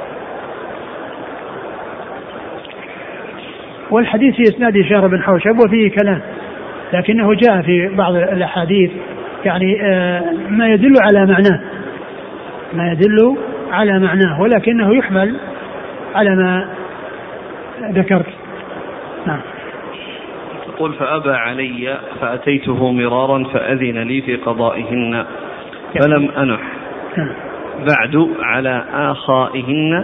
والحديث في إسناد هشام بن حوشب وفيه كلام، لكنه جاء في بعض الأحاديث يعني ما يدل على معناه ما يدل على معناه ولكنه يحمل على ما ذكرت. نعم. تقول فأبى علي فأتيته مرارا فأذن لي في قضائهن فلم أنح بعد على آخائهن.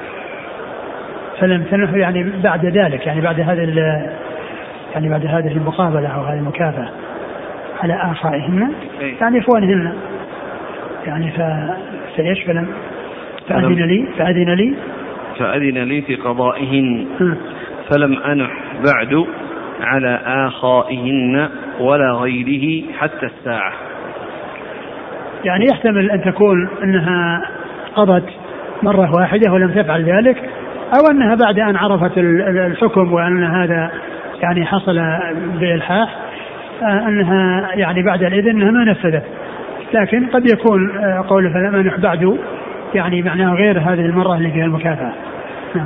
فلم تنح يعني بعد ذلك، يعني بعد هذا يعني بعد هذه المقابلة أو هذه المكافأة على آخائهن يعني إخوانهن، يعني فسيش فلم فأذن لي فأذن لي فأذن لي في قضائهن فلم أنح بعد على آخائهن ولا غيره حتى الساعة. يعني يحتمل أن تكون أنها قضت مرة واحدة ولم تفعل ذلك، أو أنها بعد أن عرفت الحكم وأن هذا يعني حصل بإلحاح أنها يعني بعد الإذن أنها ما نفذت، لكن قد يكون قوله فلم أنح بعد يعني معناه غير هذه المرة اللي فيها المكافأة. نعم.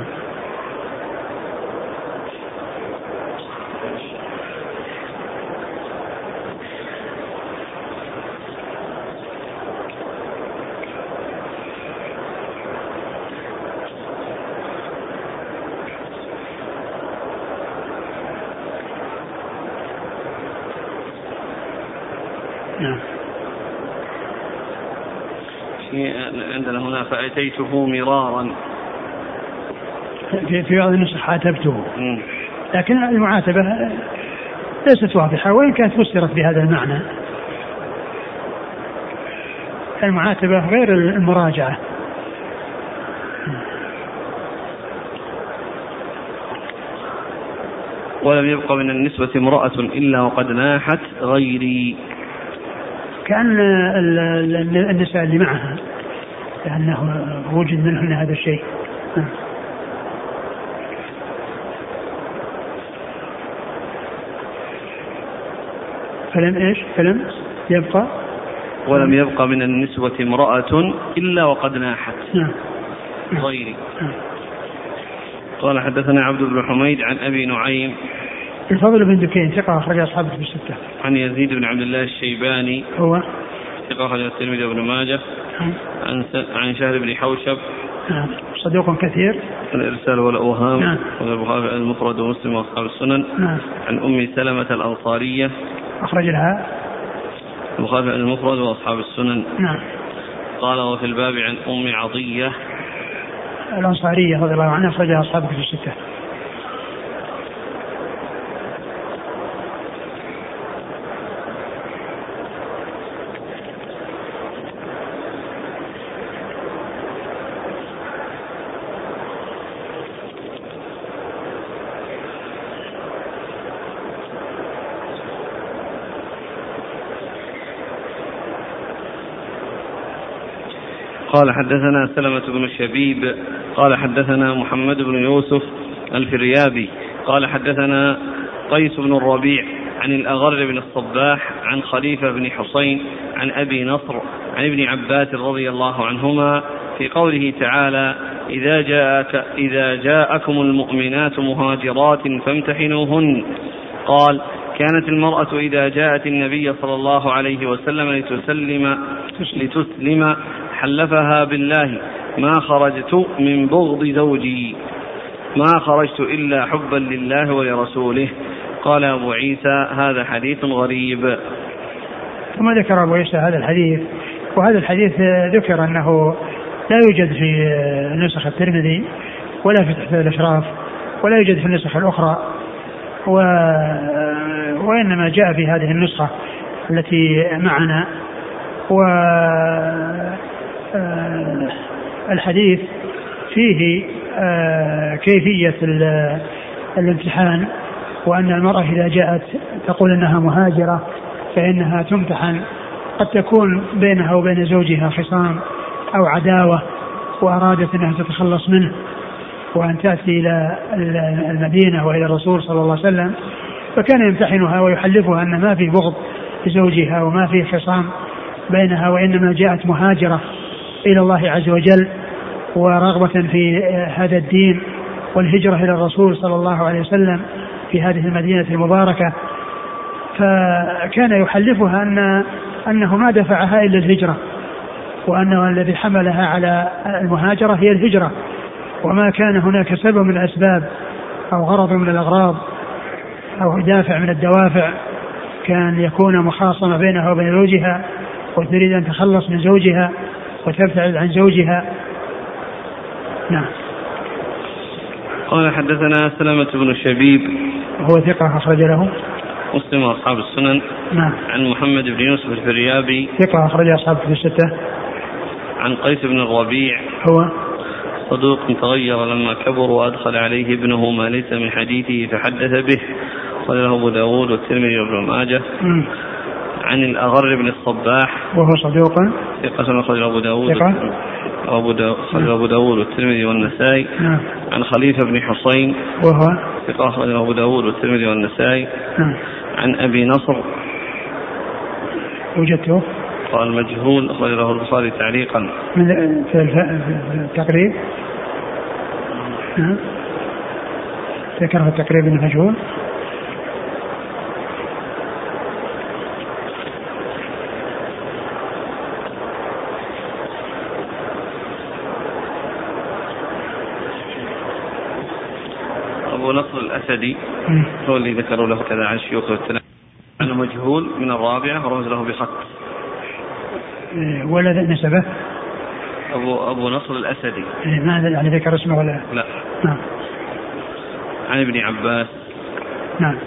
عندنا هنا فأتيته مرارا، في في بعض النسخ عاتبته، لكن المعاتبة ليست واضحة وإن كانت فسرت بهذا المعنى. المعاتبة غير المراجعة. ولم يبق من النسوة امرأة إلا وقد ناحت غيري، كأن النساء اللي معها لأنه وجد منهن هذا الشيء. فلم إيش فلم يبقى ولم يبقى من النسوة امرأة إلا وقد ناحت غيري. قال حدثنا عبد بن حميد عن أبي نعيم الفضل بن دكين ثقة أخرج أصحابه في الستة. عن يزيد بن عبد الله الشيباني هو ثقة أخرج الترمذي وابن ماجه. عن عن شهر بن حوشب صدوق كثير الإرسال والأوهام. نعم. والبخاري المفرد ومسلم وأصحاب السنن. نعم. عن أم سلمة الأنصارية أخرج لها البخاري المفرد وأصحاب السنن. نعم. قال وفي الباب عن أم عطية الأنصارية رضي الله عنها أخرجها أصحابه في الستة. قال حدثنا سلمة بن شبيب قال حدثنا محمد بن يوسف الفريابي قال حدثنا قيس بن الربيع عن الأغر بن الصباح عن خليفة بن حسين عن أبي نصر عن ابن عباس رضي الله عنهما في قوله تعالى إذا جاءك إذا جاءكم المؤمنات مهاجرات فامتحنوهن. قال كانت المرأة إذا جاءت النبي صلى الله عليه وسلم لتسلم لتسلم حلفها بالله ما خرجت من بغض زوجي ما خرجت إلا حبا لله ولرسوله. قال أبو عيسى هذا حديث غريب. ثم ذكر أبو عيسى هذا الحديث، وهذا الحديث ذكر أنه لا يوجد في نسخ الترمذي ولا في تحفة الأشراف ولا يوجد في النسخ الأخرى، و... وإنما جاء في هذه النسخة التي معنا. والحديث فيه كيفية الامتحان، وأن المرأة إذا جاءت تقول أنها مهاجرة فإنها تمتحن، قد تكون بينها وبين زوجها خصام أو عداوة وأرادت أنها تتخلص منه وأن تأتي إلى المدينة وإلى الرسول صلى الله عليه وسلم، فكان يمتحنها ويحلفها أن ما في بغض لزوجها وما في خصام بينها، وإنما جاءت مهاجرة إلى الله عز وجل ورغبة في هذا الدين والهجرة إلى الرسول صلى الله عليه وسلم في هذه المدينة المباركة. فكان يحلفها أن أنه ما دفعها إلا الهجرة، وأنه الذي حملها على المهاجرة هي الهجرة، وما كان هناك سبب من الأسباب أو غرض من الأغراض أو دافع من الدوافع كان يكون مخاصمة بينها وبين زوجها وتريد أن تخلص من زوجها وتبتعد عن زوجها. نعم. قال حدثنا سلمة بن شبيب هو ثقة أخرج له مسلم وأصحاب السنن. نعم. عن محمد بن يوسف الفريابي ثقة أخرج أصحابه في الستة. عن قيس بن الربيع هو صدوق تغير لما كبر وأدخل عليه ابنه ما ليس من حديثه فحدث به، قال له أبو داود والترمذي وابن ماجه. عن الأغر بن الصباح وهو صدوق ثقة أخرج أبو داود أبو أبو داود والترمذي والنسائي. نعم. عن خليفة بن حسين وهو ثقة أخرج أبو داود والترمذي والنسائي. نعم. عن أبي نصر وجدته قال مجهول أخرج له البخاري تعليقا. من في التقريب ذكر في التقريب أنه مجهول. أبو نصر الأسدي هو اللي ذكروا له كذا عن شيوخ التلاميذ أنه مجهول من الرابعة ورمز له بخط. ولا نسبه أبو أبو نصر الأسدي. ماذا يعني ذكر اسمه ولا لا؟ نعم. عن ابن عباس. نعم.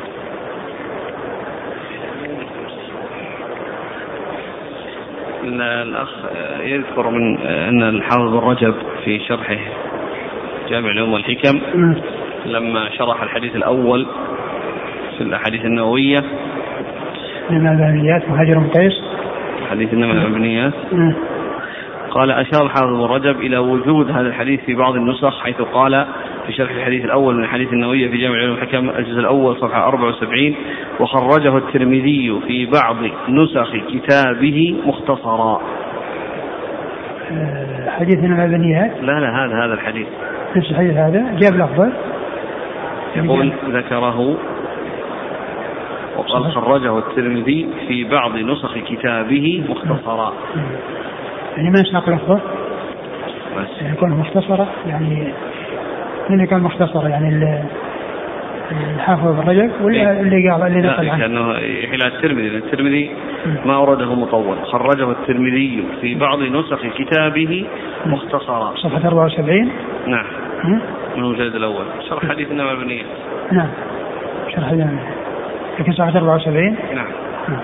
الأخ يذكر من أن الحافظ بن رجب في شرحه جامع العلوم والحكم لما شرح الحديث الأول في الأحاديث النووية إنما البنيات مهاجر قيس حديث إنما البنيات قال أشار الحافظ بن رجب إلى وجود هذا الحديث في بعض النسخ حيث قال في شرح الحديث الأول من الحديث النووية في جامع العلوم والحكم الجزء الأول صفحة أربعة وسبعين وخرجه الترمذي في بعض نسخ كتابه مختصرا. حديث إنما البنيات لا لا هذا هذا الحديث نفس الحديث هذا جاب لفظه يقول ذكره وقال خرجه الترمذي في بعض نسخ كتابه مختصرا. يعني ما يسنق لفظه يعني يكون مختصرة يعني من كان مختصر يعني الحافظ بن رجب ولا اللي قال اللي نقل عنه لأنه إلى الترمذي الترمذي ما أورده مطول خرجه الترمذي في بعض نسخ كتابه مختصرا صفحة أربعة وسبعين. نعم من المجلد الأول شرح حديث إنما البنيات. نعم شرح البنيات لكن صفحة أربعة وسبعين. نعم. نعم.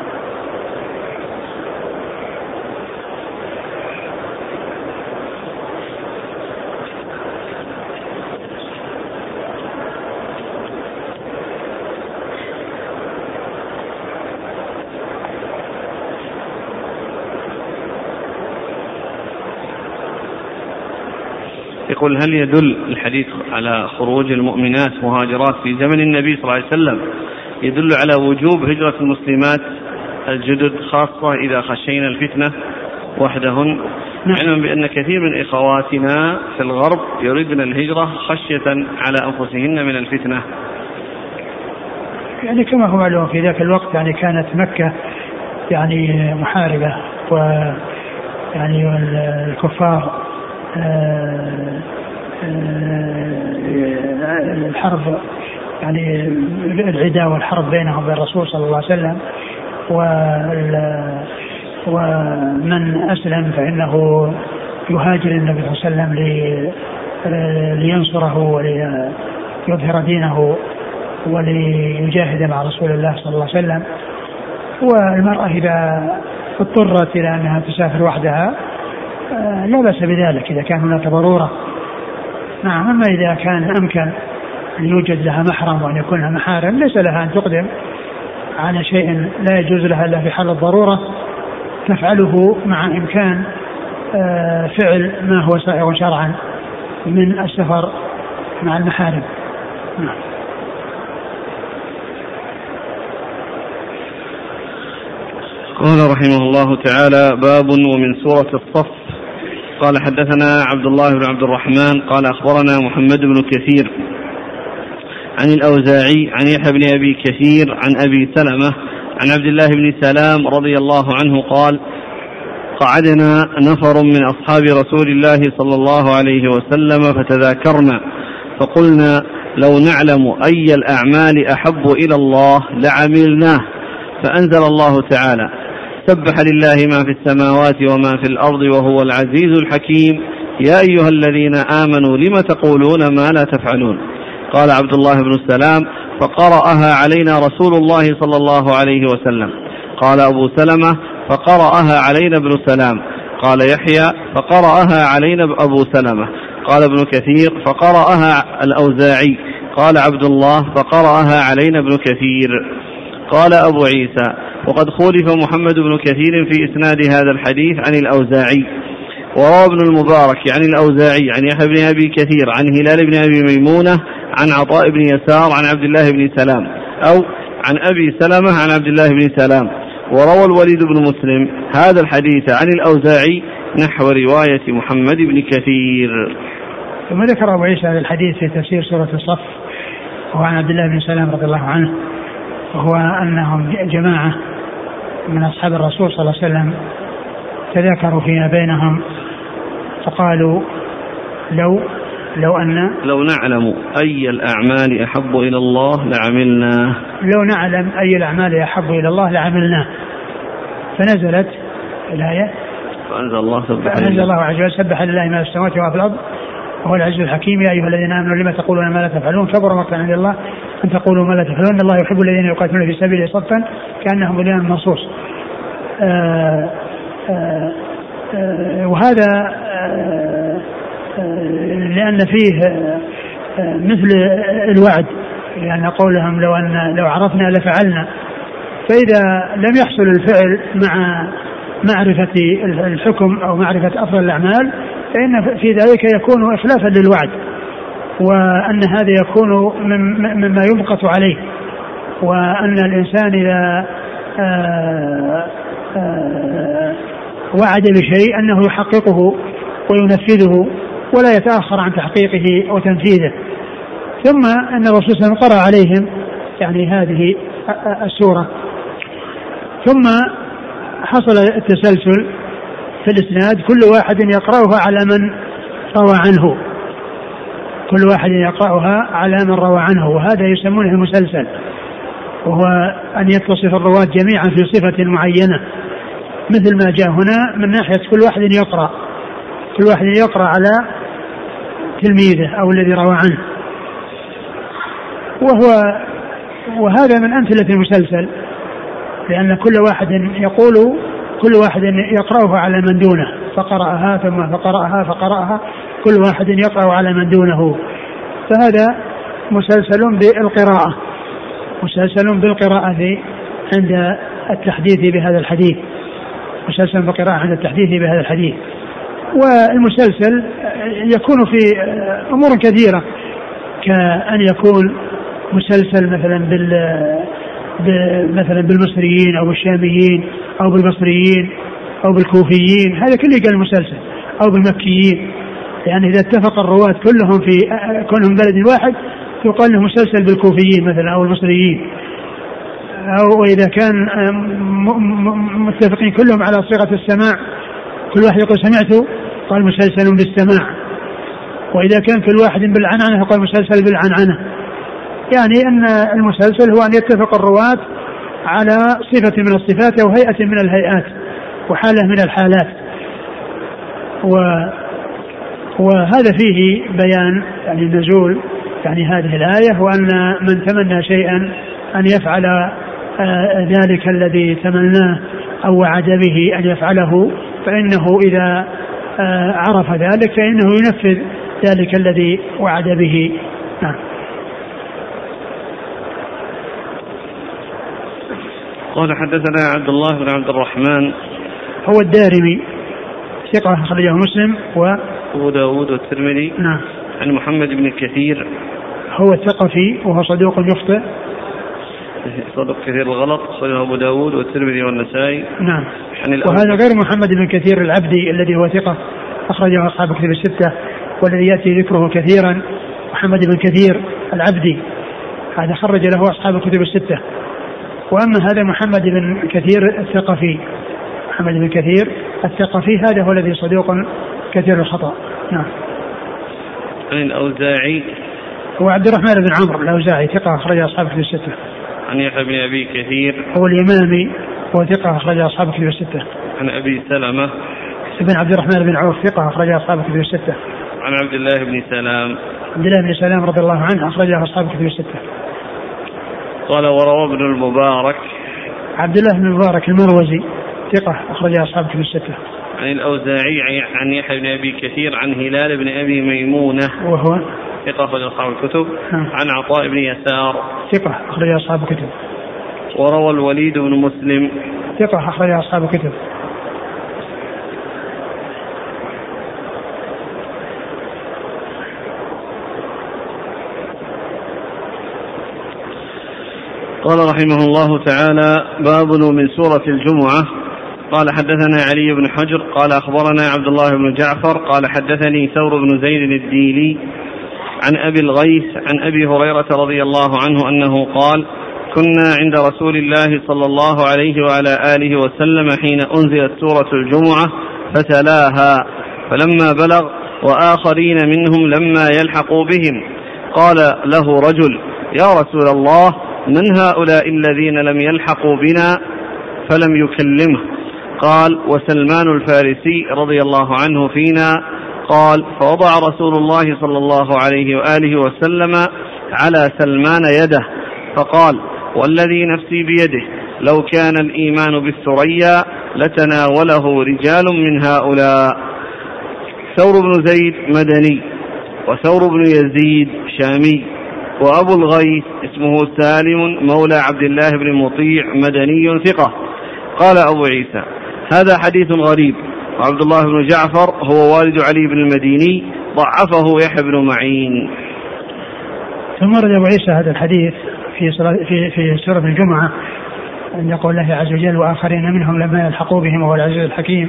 يقول هل يدل الحديث على خروج المؤمنات مهاجرات في زمن النبي صلى الله عليه وسلم يدل على وجوب هجرة المسلمات الجدد خاصة إذا خشينا الفتنة وحدهن علما بأن كثير من إخواتنا في الغرب يريدن الهجرة خشية على أنفسهن من الفتنة؟ يعني كما هو معلوم في ذاك الوقت يعني كانت مكة يعني محاربة و يعني الكفار آه آه الحرب يعني العداء والحرب بينهم وبين الرسول صلى الله عليه وسلم ومن أسلم فإنه يهاجر النبي صلى الله عليه وسلم لينصره وليظهر دينه وليجاهد مع رسول الله صلى الله عليه وسلم. والمرأة إذا اضطرت إلى أنها تسافر وحدها لا بأس بذلك إذا كان هناك ضرورة. نعم. أما إذا كان أمكن أن يوجد لها محرم وأن يكون لها محارم ليس لها أن تقدم على شيء لا يجوز لها إلا في حال الضرورة تفعله مع إمكان فعل ما هو سائغ شرعا من السفر مع المحارم. نعم. قال رحمه الله تعالى باب ومن سورة الصف. قال حدثنا عبد الله بن عبد الرحمن قال أخبرنا محمد بن كثير عن الأوزاعي عن يحيى بن أبي كثير عن أبي سلمة عن عبد الله بن سلام رضي الله عنه قال قعدنا نفر من أصحاب رسول الله صلى الله عليه وسلم فتذاكرنا فقلنا لو نعلم أي الأعمال أحب إلى الله لعملناه فأنزل الله تعالى سبح لله ما في السماوات وما في الأرض وهو العزيز الحكيم يا أيها الذين آمنوا لم تقولون ما لا تفعلون. قال عبد الله بن السلام فقرأها علينا رسول الله صلى الله عليه وسلم. قال أبو سلمة فقرأها علينا ابن سلام. قال يحيى فقرأها علينا أبو سلمة. قال ابن كثير فقرأها الأوزاعي. قال عبد الله فقرأها علينا ابن كثير. قال أبو عيسى وقد خولف محمد بن كثير في إسناد هذا الحديث عن الأوزاعي. وروى ابن المبارك عن الأوزاعي عن يحيى بن أبي كثير عن هلال بن أبي ميمونة عن عطاء بن يسار عن عبد الله بن سلام أو عن أبي سلمة عن عبد الله بن سلام. وروى الوليد بن مسلم هذا الحديث عن الأوزاعي نحو رواية محمد بن كثير. ثم ذكر أبو عيسى هذا الحديث في تفسير سورة الصف وهو عن عبد الله بن سلام رضي الله عنه، وهو أنهم جماعة من أصحاب الرسول صلى الله عليه وسلم تذاكروا فيما بينهم فقالوا لو لو أن لو نعلم أي الأعمال أحب إلى الله لعملناه لو نعلم أي الأعمال أحب إلى الله لعملناه. فنزلت الآية فأنزل الله سبح فأنزل الله عز وجل سبح لله ما في السماوات وما في الأرض وهو العزيز الحكيم يا أيها الذين آمنوا لما تقولون ما لا تفعلون كبر مقتا عند الله أن تقولوا ما لا تفعلون الله يحب الذين يقاتلون في سبيله صفا كأنهم بنيان مرصوص. آآ آآ آآ وهذا آآ لأن فيه مثل الوعد، لأن يعني قولهم لو أن لو عرفنا لفعلنا، فإذا لم يحصل الفعل مع معرفة الحكم أو معرفة أفضل الأعمال فإن في ذلك يكون إخلافا للوعد، وأن هذا يكون مما يمقت عليه، وأن الإنسان إذا آآ آآ وعد بشيء أنه يحققه وينفذه ولا يتأخر عن تحقيقه وتنفيذه. ثم أن الرسول صلى الله عليه وسلم قرأ عليهم يعني هذه السورة، ثم حصل التسلسل في الإسناد، كل واحد يقرأها على من روى عنه كل واحد يقرأها على من روى عنه وهذا يسمونه المسلسل، وهو أن يتصف الرواة جميعا في صفة معينة، مثل ما جاء هنا من ناحية كل واحد يقرأ كل واحد يقرأ على تلميذه أو الذي روى عنه، وهو وهذا من أمثلة المسلسل، لأن كل واحد يقول كل واحد يقرأها على من دونه فقرأها ثم فقرأها فقرأها كل واحد يقرأ على من دونه، فهذا مسلسل بالقراءة مسلسل بالقراءة عند التحديث بهذا الحديث مسلسل بالقراءة عند التحديث بهذا الحديث. والمسلسل يكون في أمور كثيرة، كأن يكون مسلسل مثلا بال مثلا بالمصريين أو بالشاميين أو بالبصريين أو بالكوفيين، هذا كله قال مسلسل، أو بالمكيين، يعني إذا اتفق الرواة كلهم في كلهم بلد واحد يقال له مسلسل بالكوفيين مثلا أو المصريين، أو إذا كان متفقين كلهم على صيغة السماع كل واحد يقول سمعت قال مسلسل بالسماع، وإذا كان كل واحد بالعنعنة يقول مسلسل بالعنعنة، يعني أن المسلسل هو أن يتفق الرواة على صفة من الصفات أو هيئة من الهيئات وحالة من الحالات. و وهذا فيه بيان يعني النزول يعني هذه الآية، وأن من تمنى شيئا أن يفعل ذلك الذي تمناه أو وعد به أن يفعله، فإنه إذا عرف ذلك فإنه ينفذ ذلك الذي وعد به. نعم. قال حدثنا عبد الله بن عبد الرحمن هو الدارمي ثقة أخرجه مسلم وأبو داود والترمذي. نعم. عن محمد بن كثير هو الثقفي وهو صدوق يخطئ صدق كثير الغلط صحيح أبو داود والترمذي والنسائي. نعم. وهذا غير محمد بن كثير العبدي الذي هو ثقة أخرجه أصحاب الكتب الستة والذي يأتي ذكره كثيرا، محمد بن كثير العبدي هذا خرج له أصحاب الكتب الستة. وأما هذا محمد بن كثير الثقفي محمد بن كثير الثقفي هذا هو الذي صدوق كثير الخطأ. نعم. عن الأوزاعي هو عبد الرحمن بن عمرو الأوزاعي ثقة أخرج أصحاب الكتب الستة. عن يحيى بن أبي كثير هو الإمامي هو ثقة أخرج أصحاب الكتب الستة. عن أبي سلمة بن عبد الرحمن بن عوف ثقة أخرج أصحاب الكتب الستة. عن عبد الله بن سلام عبد الله بن سلام رضي الله عنه أخرجه أصحاب الكتب الستة. قال وروى ابن المبارك عبد الله بن المبارك المروزي ثقة أخرج أصحاب الكتب الستة. عن الأوزاعي عن يحيى بن أبي كثير عن هلال بن أبي ميمونة وهو ثقة أخرج أصحاب الكتب. عن عطاء بن يسار ثقة أخرج أصحاب الكتب. وروى الوليد بن مسلم ثقة أخرج أصحاب الكتب. قال رحمه الله تعالى: باب من سورة الجمعة. قال حدثنا علي بن حجر قال أخبرنا عبد الله بن جعفر قال حدثني ثور بن زيد الديلي عن أبي الغيث عن أبي هريرة رضي الله عنه أنه قال: كنا عند رسول الله صلى الله عليه وعلى آله وسلم حين أنزلت سورة الجمعة فتلاها، فلما بلغ: وآخرين منهم لما يلحقوا بهم، قال له رجل: يا رسول الله، من هؤلاء الذين لم يلحقوا بنا؟ فلم يكلمه. قال: وسلمان الفارسي رضي الله عنه فينا. قال: فوضع رسول الله صلى الله عليه وآله وسلم على سلمان يده فقال: والذي نفسي بيده لو كان الإيمان بالثريا لتناوله رجال من هؤلاء. ثور بن زيد مدني، وثور بن يزيد شامي، وأبو الغيث اسمه سالم مولى عبد الله بن مطيع مدني ثقة. قال أبو عيسى: هذا حديث غريب. وعبد الله بن جعفر هو والد علي بن المديني، ضعفه يحيى بن معين. ثم ورد أبو عيسى هذا الحديث في في في سورة الجمعة أن يقول الله عز وجل: وآخرين منهم لما يلحقوا بهم وهو العزيز الحكيم،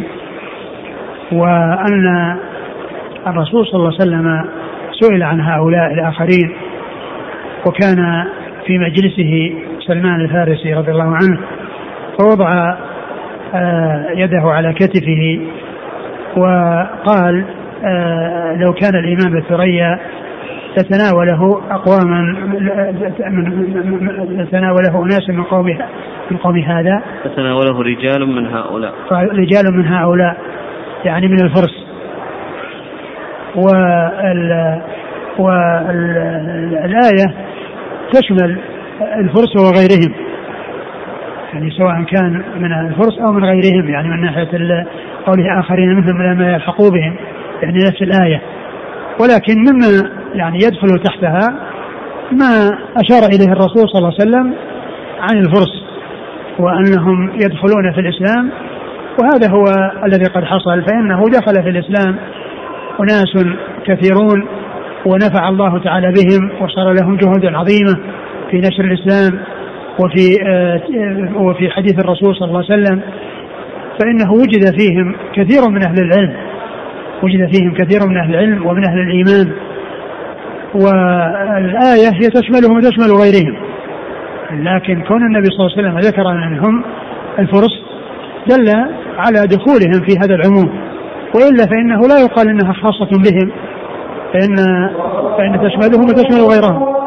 وأن الرسول صلى الله عليه وسلم سئل عن هؤلاء الآخرين، وكان في مجلسه سلمان الفارسي رضي الله عنه، فوضع يده على كتفه وقال: لو كان الإيمان بالثريا لتناوله أقواما لتناوله أناس من قوم من قوم هذا لتناوله رجال من هؤلاء رجال من هؤلاء يعني من الفرس. وال والآية تشمل الفرس وغيرهم، يعني سواء كان من الفرس أو من غيرهم، يعني من ناحية قوله آخرين منهم لما يلحقوا بهم، يعني نفس الآية. ولكن مما يعني يدخل تحتها ما أشار إليه الرسول صلى الله عليه وسلم عن الفرس، وأنهم يدخلون في الإسلام، وهذا هو الذي قد حصل، فإنه دخل في الإسلام أناس كثيرون ونفع الله تعالى بهم، وصار لهم جهود عظيمة في نشر الإسلام وفي وفي حديث الرسول صلى الله عليه وسلم، فإنه وجد فيهم كثير من أهل العلم وجد فيهم كثير من أهل العلم ومن أهل الإيمان. والآية هي تشملهم وتشمل غيرهم، لكن كون النبي صلى الله عليه وسلم ذكر أنهم الفرس دل على دخولهم في هذا العموم، وإلا فإنه لا يقال إنها خاصة بهم، فإن, فإن تشملهم وتشمل غيرهم.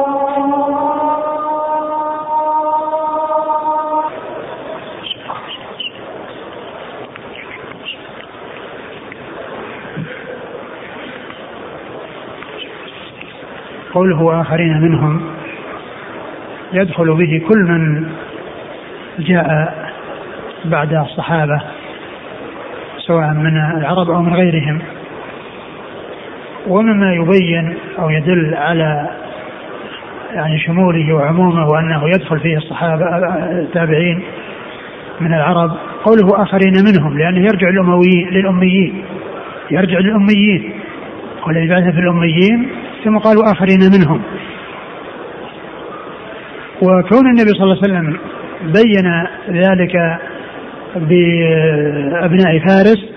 قوله آخرين منهم يدخل به كل من جاء بعد الصحابة سواء من العرب أو من غيرهم. ومما يبين أو يدل على يعني شموله وعمومه وأنه يدخل فيه الصحابة التابعين من العرب قوله آخرين منهم، لأنه يرجع للأمويين للأميين يرجع للأميين والذي بعث في الأميين، ثم قالوا آخرين منهم. وكون النبي صلى الله عليه وسلم بين ذلك بأبناء فارس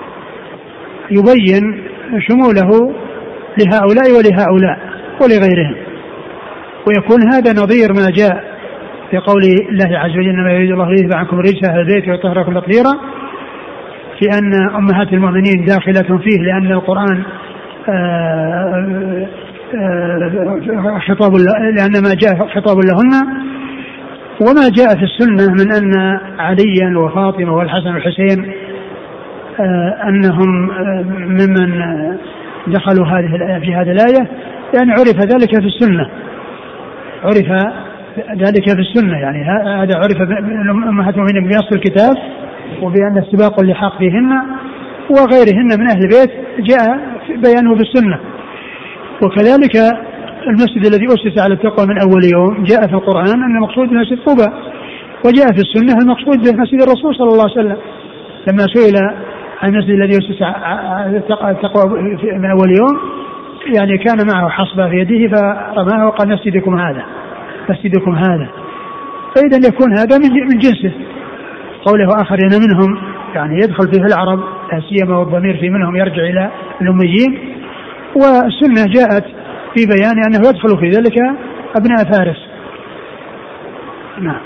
يبين شموله لهؤلاء ولهؤلاء ولغيرهم، ويكون هذا نظير ما جاء في قول الله عز وجل: إنما يريد الله ليذهب عنكم الرجس أهل البيت ويطهركم تطهيرا، في أن أمهات المؤمنين داخلة فيه، لأن القرآن خطاب لأن ما جاء خطاب لهن، وما جاء في السنة من أن عليا وفاطمة والحسن والحسين أنهم ممن دخلوا هذه في هذه الآية، لأن عرف ذلك في السنة عرف ذلك في السنة يعني هذا عرف أمهات المؤمنين بنص الكتاب وبأن السباق اللحاق فيهن وغيرهن من أهل البيت جاء بيانه في السنة. وكذلك المسجد الذي أسس على التقوى من أول يوم جاء في القرآن أن المقصود مسجد قباء، وجاء في السنة المقصود مسجد الرسول صلى الله عليه وسلم لما سئل عن المسجد الذي أسس على التقوى من أول يوم، يعني كان معه حصبة في يده فرماه وقال: مسجدكم هذا مسجدكم هذا فإذا يكون هذا من جنسه. قوله آخرين منهم يعني يدخل فيه العرب لا سيما والضمير في منهم يرجع إلى الأميين، والسنة جاءت في بيان أنه يدخل في ذلك أبناء فارس. نعم.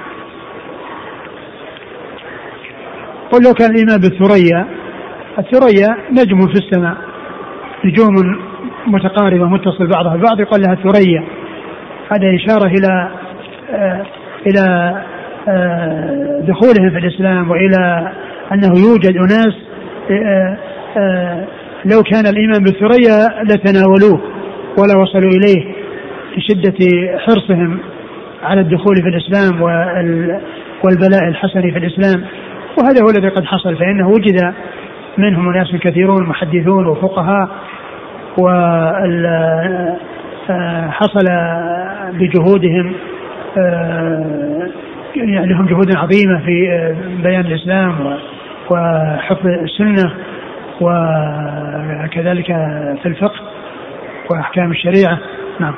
قل لو كان الإيمان بالثريا، الثريا نجم في السماء، نجوم متقاربة متصل بعضها البعض يقال لها ثريا، هذا إشارة إلى آه إلى آه دخولهم في الإسلام وإلى أنه يوجد أناس آه آه لو كان الإيمان بالثريا لتناولوه ولا وصلوا إليه لشدة حرصهم على الدخول في الإسلام والبلاء الحسن في الإسلام، وهذا هو الذي قد حصل، فإنه وجد منهم ناس كثيرون محدثون وفقهاء، وحصل بجهودهم يعني لهم جهود عظيمة في بيان الإسلام وحفظ السنة وكذلك في الفقه وأحكام الشريعة. نعم.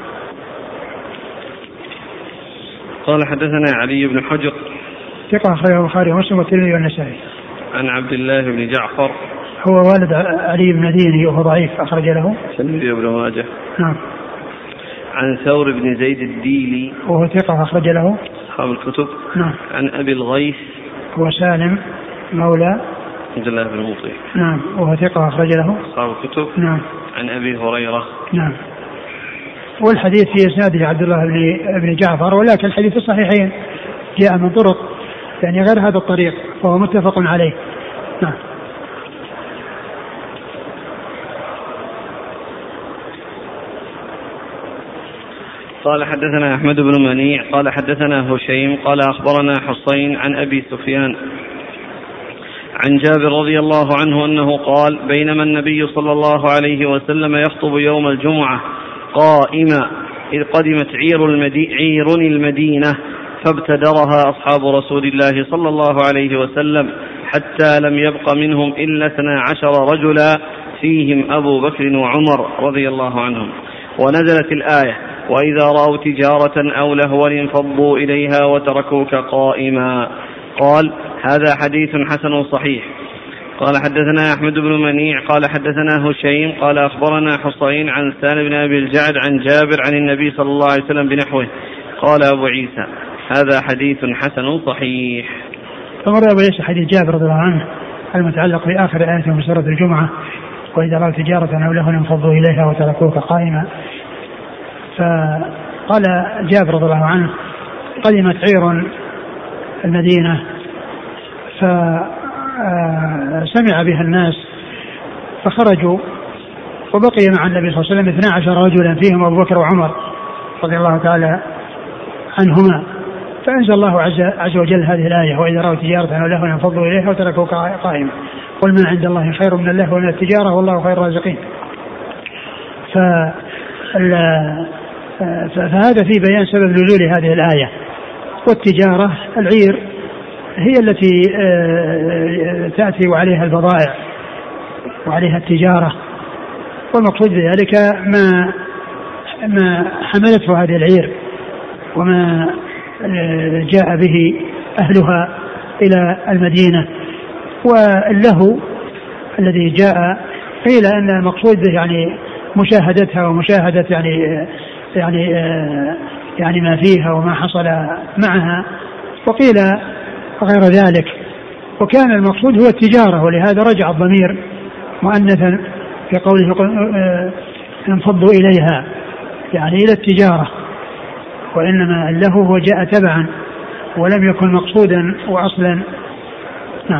قال حدثنا علي بن حجر ثقة أخرجه البخاري ومسلم والترمذي والنسائي. عن عبد الله بن جعفر هو والد علي بن مديني وهو ضعيف أخرج له الترمذي وابن ماجه. نعم. عن ثور بن زيد الديلي وهو ثقة أخرج له أصحاب الكتب. نعم. عن أبي الغيث هو سالم مولى عبد الله بن مطيع. نعم. وهو ثقة أخرج له أصحاب الكتب. نعم. عن أبي هريرة. نعم. والحديث في إسناده عبد الله بن بن جعفر، ولكن الحديث في الصحيحين جاء من طرق يعني غير هذا الطريق وهو متفق عليه. نعم. قال حدثنا أحمد بن منيع قال حدثنا هشيم قال أخبرنا حسين عن أبي سفيان عن جابر رضي الله عنه أنه قال بينما النبي صلى الله عليه وسلم يخطب يوم الجمعة قائما إذ قدمت عير, المدي... عير المدينة فابتدرها أصحاب رسول الله صلى الله عليه وسلم حتى لم يبق منهم إلا اثنا عشر رجلا فيهم أبو بكر وعمر رضي الله عنهم. ونزلت الآية وإذا رأوا تجارة أو لهوا انفضوا إليها وتركوك قائما. قال هذا حديث حسن صحيح. قال حدثنا أحمد بن منيع قال حدثنا هشيم قال أخبرنا حسين عن سالم بن أبي الجعد عن جابر عن النبي صلى الله عليه وسلم بنحوه. قال أبو عيسى هذا حديث حسن صحيح. فمر أبو عيسى حديث جابر رضي الله عنه المتعلق بآخر آية من سورة الجمعة وإذا رأوا تجارة أو لهوا انفضوا إليها وتركوك قائما. فقال جابر رضي الله عنه قدمت عير المدينة فسمع بها الناس فخرجوا وبقي مع النبي صلى الله عليه وسلم اثنا عشر رجلا فيهم أبو بكر وعمر رضي الله تعالى عنهما. فأنزل الله عز, عز وجل هذه الآية وإذا رأوا تجارة أو لهوا انفضوا إليها وتركوك قائما قل ما عند الله خير من اللهو ومن التجارة والله خير الرازقين. فهذا في بيان سبب نزول هذه الآية. والتجارة العير هي التي تأتي وعليها البضائع وعليها التجارة، والمقصود بذلك ما ما حملته هذه العير وما جاء به أهلها إلى المدينة. واللهو الذي جاء قيل أن المقصود به يعني مشاهدتها ومشاهدة يعني يعني يعني ما فيها وما حصل معها، وقيل غير ذلك. وكان المقصود هو التجارة، ولهذا رجع الضمير مؤنثا في قوله انفضوا إليها يعني إلى التجارة، وإنما اللهو هو جاء تبعا ولم يكن مقصودا وأصلا. نعم.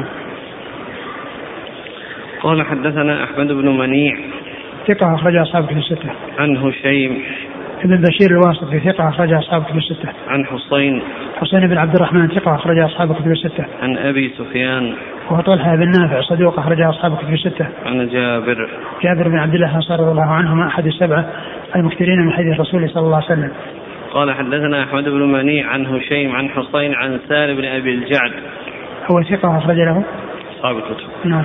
قال حدثنا أحمد بن منيع ثقة أخرج أصحاب كتب الستة. عن هشيم ابن بشير الواسطي ثقة أخرج أصحاب كتب الستة. عن حسين حسين بن عبد الرحمن ثقة أخرج أصحاب كتب الستة. عن أبي سفيان وهو طلحة بن نافع صدوق أخرج أصحاب كتب الستة. عن جابر جابر بن عبد الله الأنصاري رضي الله عنهما أحد السبعة المكثرين من حديث الرسول صلى الله عليه وسلم. قال حدثنا أحمد بن منيع عن هشيم عن حسين عن سالم بن أبي الجعد هو ثقة أخرج له أصحاب الكتب. نعم.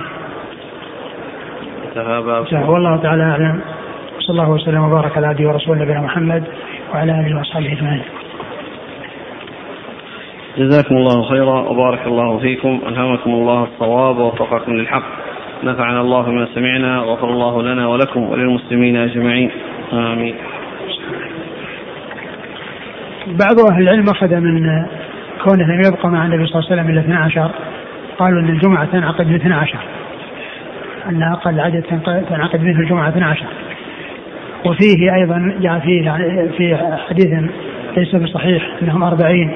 تهابا. والله تعالى أعلم. صلى الله وسلم وبارك على عبده ورسوله نبينا محمد وعلى آله وأصحابه أجمعين. جزاكم الله خيرا وبارك الله فيكم، ألهمكم الله الصواب ووفقكم للحق، نفعنا الله بما سمعنا وغفر الله لنا ولكم وللمسلمين أجمعين، آمين. بعض أهل العلم أخذ من كونه لم يبقى مع النبي صلى الله عليه وسلم إلا اثنا عشر، قالوا أن الجمعة تنعقد ب اثنا عشر، أن أقل عدد تنعقد به الجمعة اثنا عشر. وفيه أيضا جاء فيه في حديث ليس بصحيح أنهم أربعين،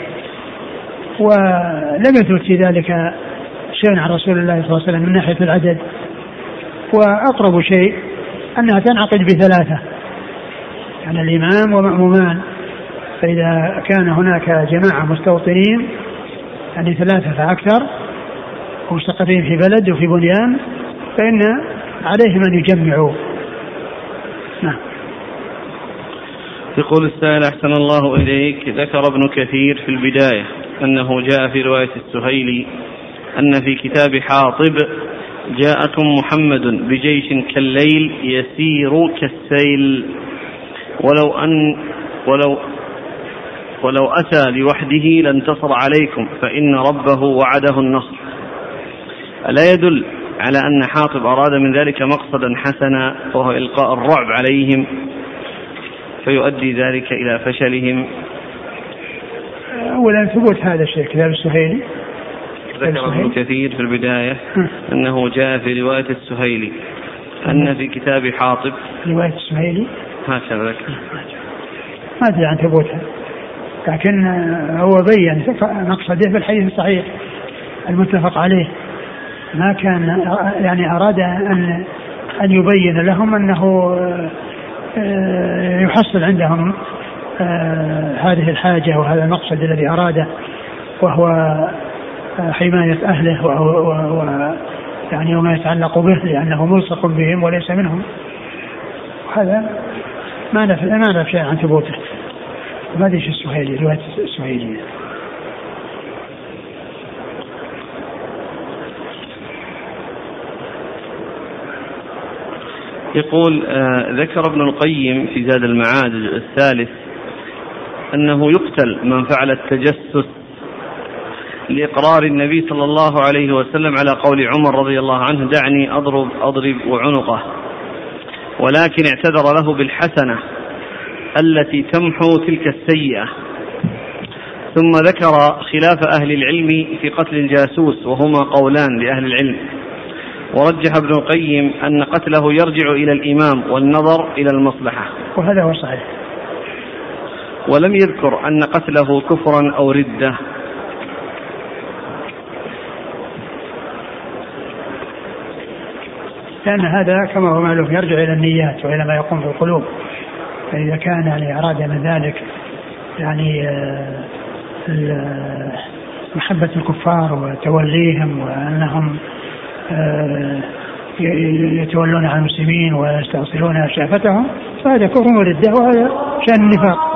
ولم يثبت في ذلك شيء عن رسول الله صلى الله عليه وسلم من ناحية العدد. وأقرب شيء أنها تنعقد بثلاثة، يعني الإمام ومأمومان، فإذا كان هناك جماعة مستوطنين يعني ثلاثة فأكثر ومستقرين في بلد وفي بنيان فإن عليهم أن يجمعوا. نعم. يقول السائل أحسن الله إليك، ذكر ابن كثير في البداية أنه جاء في رواية السهيلي أن في كتاب حاطب جاءكم محمد بجيش كالليل يسير كالسيل ولو أن ولو ولو أتى لوحده لانتصر عليكم فإن ربه وعده النصر. ألا يدل على أن حاطب أراد من ذلك مقصدا حسنا وهو إلقاء الرعب عليهم فيؤدي ذلك إلى فشلهم؟ أولا ثبوت هذا الشيء كتاب السهيلي، ذكر ابن كثير في البداية أنه جاء في رواية السهيلي أن في كتاب حاطب رواية السهيلي هكذا ذكر، ما أدري عن ثبوتها، لكن هو بين مقصده في الحديث الصحيح المتفق عليه، ما كان يعني أراد أن أن يبين لهم أنه يحصل عندهم هذه الحاجة وهذا المقصد الذي أراده، وهو حماية أهله وهو يعني وما يتعلق به لأنه ملصق بهم وليس منهم. هذا ما نفع ما نفع شيء عن ثبوته. ما أدري السهيلي رواية السهيلي. يقول آه ذكر ابن القيم في زاد المعاد الثالث أنه يقتل من فعل التجسس لإقرار النبي صلى الله عليه وسلم على قول عمر رضي الله عنه دعني أضرب أضرب عنقه، ولكن اعتذر له بالحسنة التي تمحو تلك السيئة. ثم ذكر خلاف أهل العلم في قتل الجاسوس وهما قولان لأهل العلم، ورجح ابن القيم أن قتله يرجع إلى الإمام والنظر إلى المصلحة، وهذا هو صحيح. ولم يذكر أن قتله كفرا أو ردة. لأن هذا كما هو معلوم يرجع إلى النيات وإلى ما يقوم في القلوب، فإذا كان يعني أراد من ذلك يعني محبة الكفار وتوليهم وأنهم يتولون على المسلمين ويستأصلون شافتهم فهذا كفر وردة، وهذا شأن النفاق.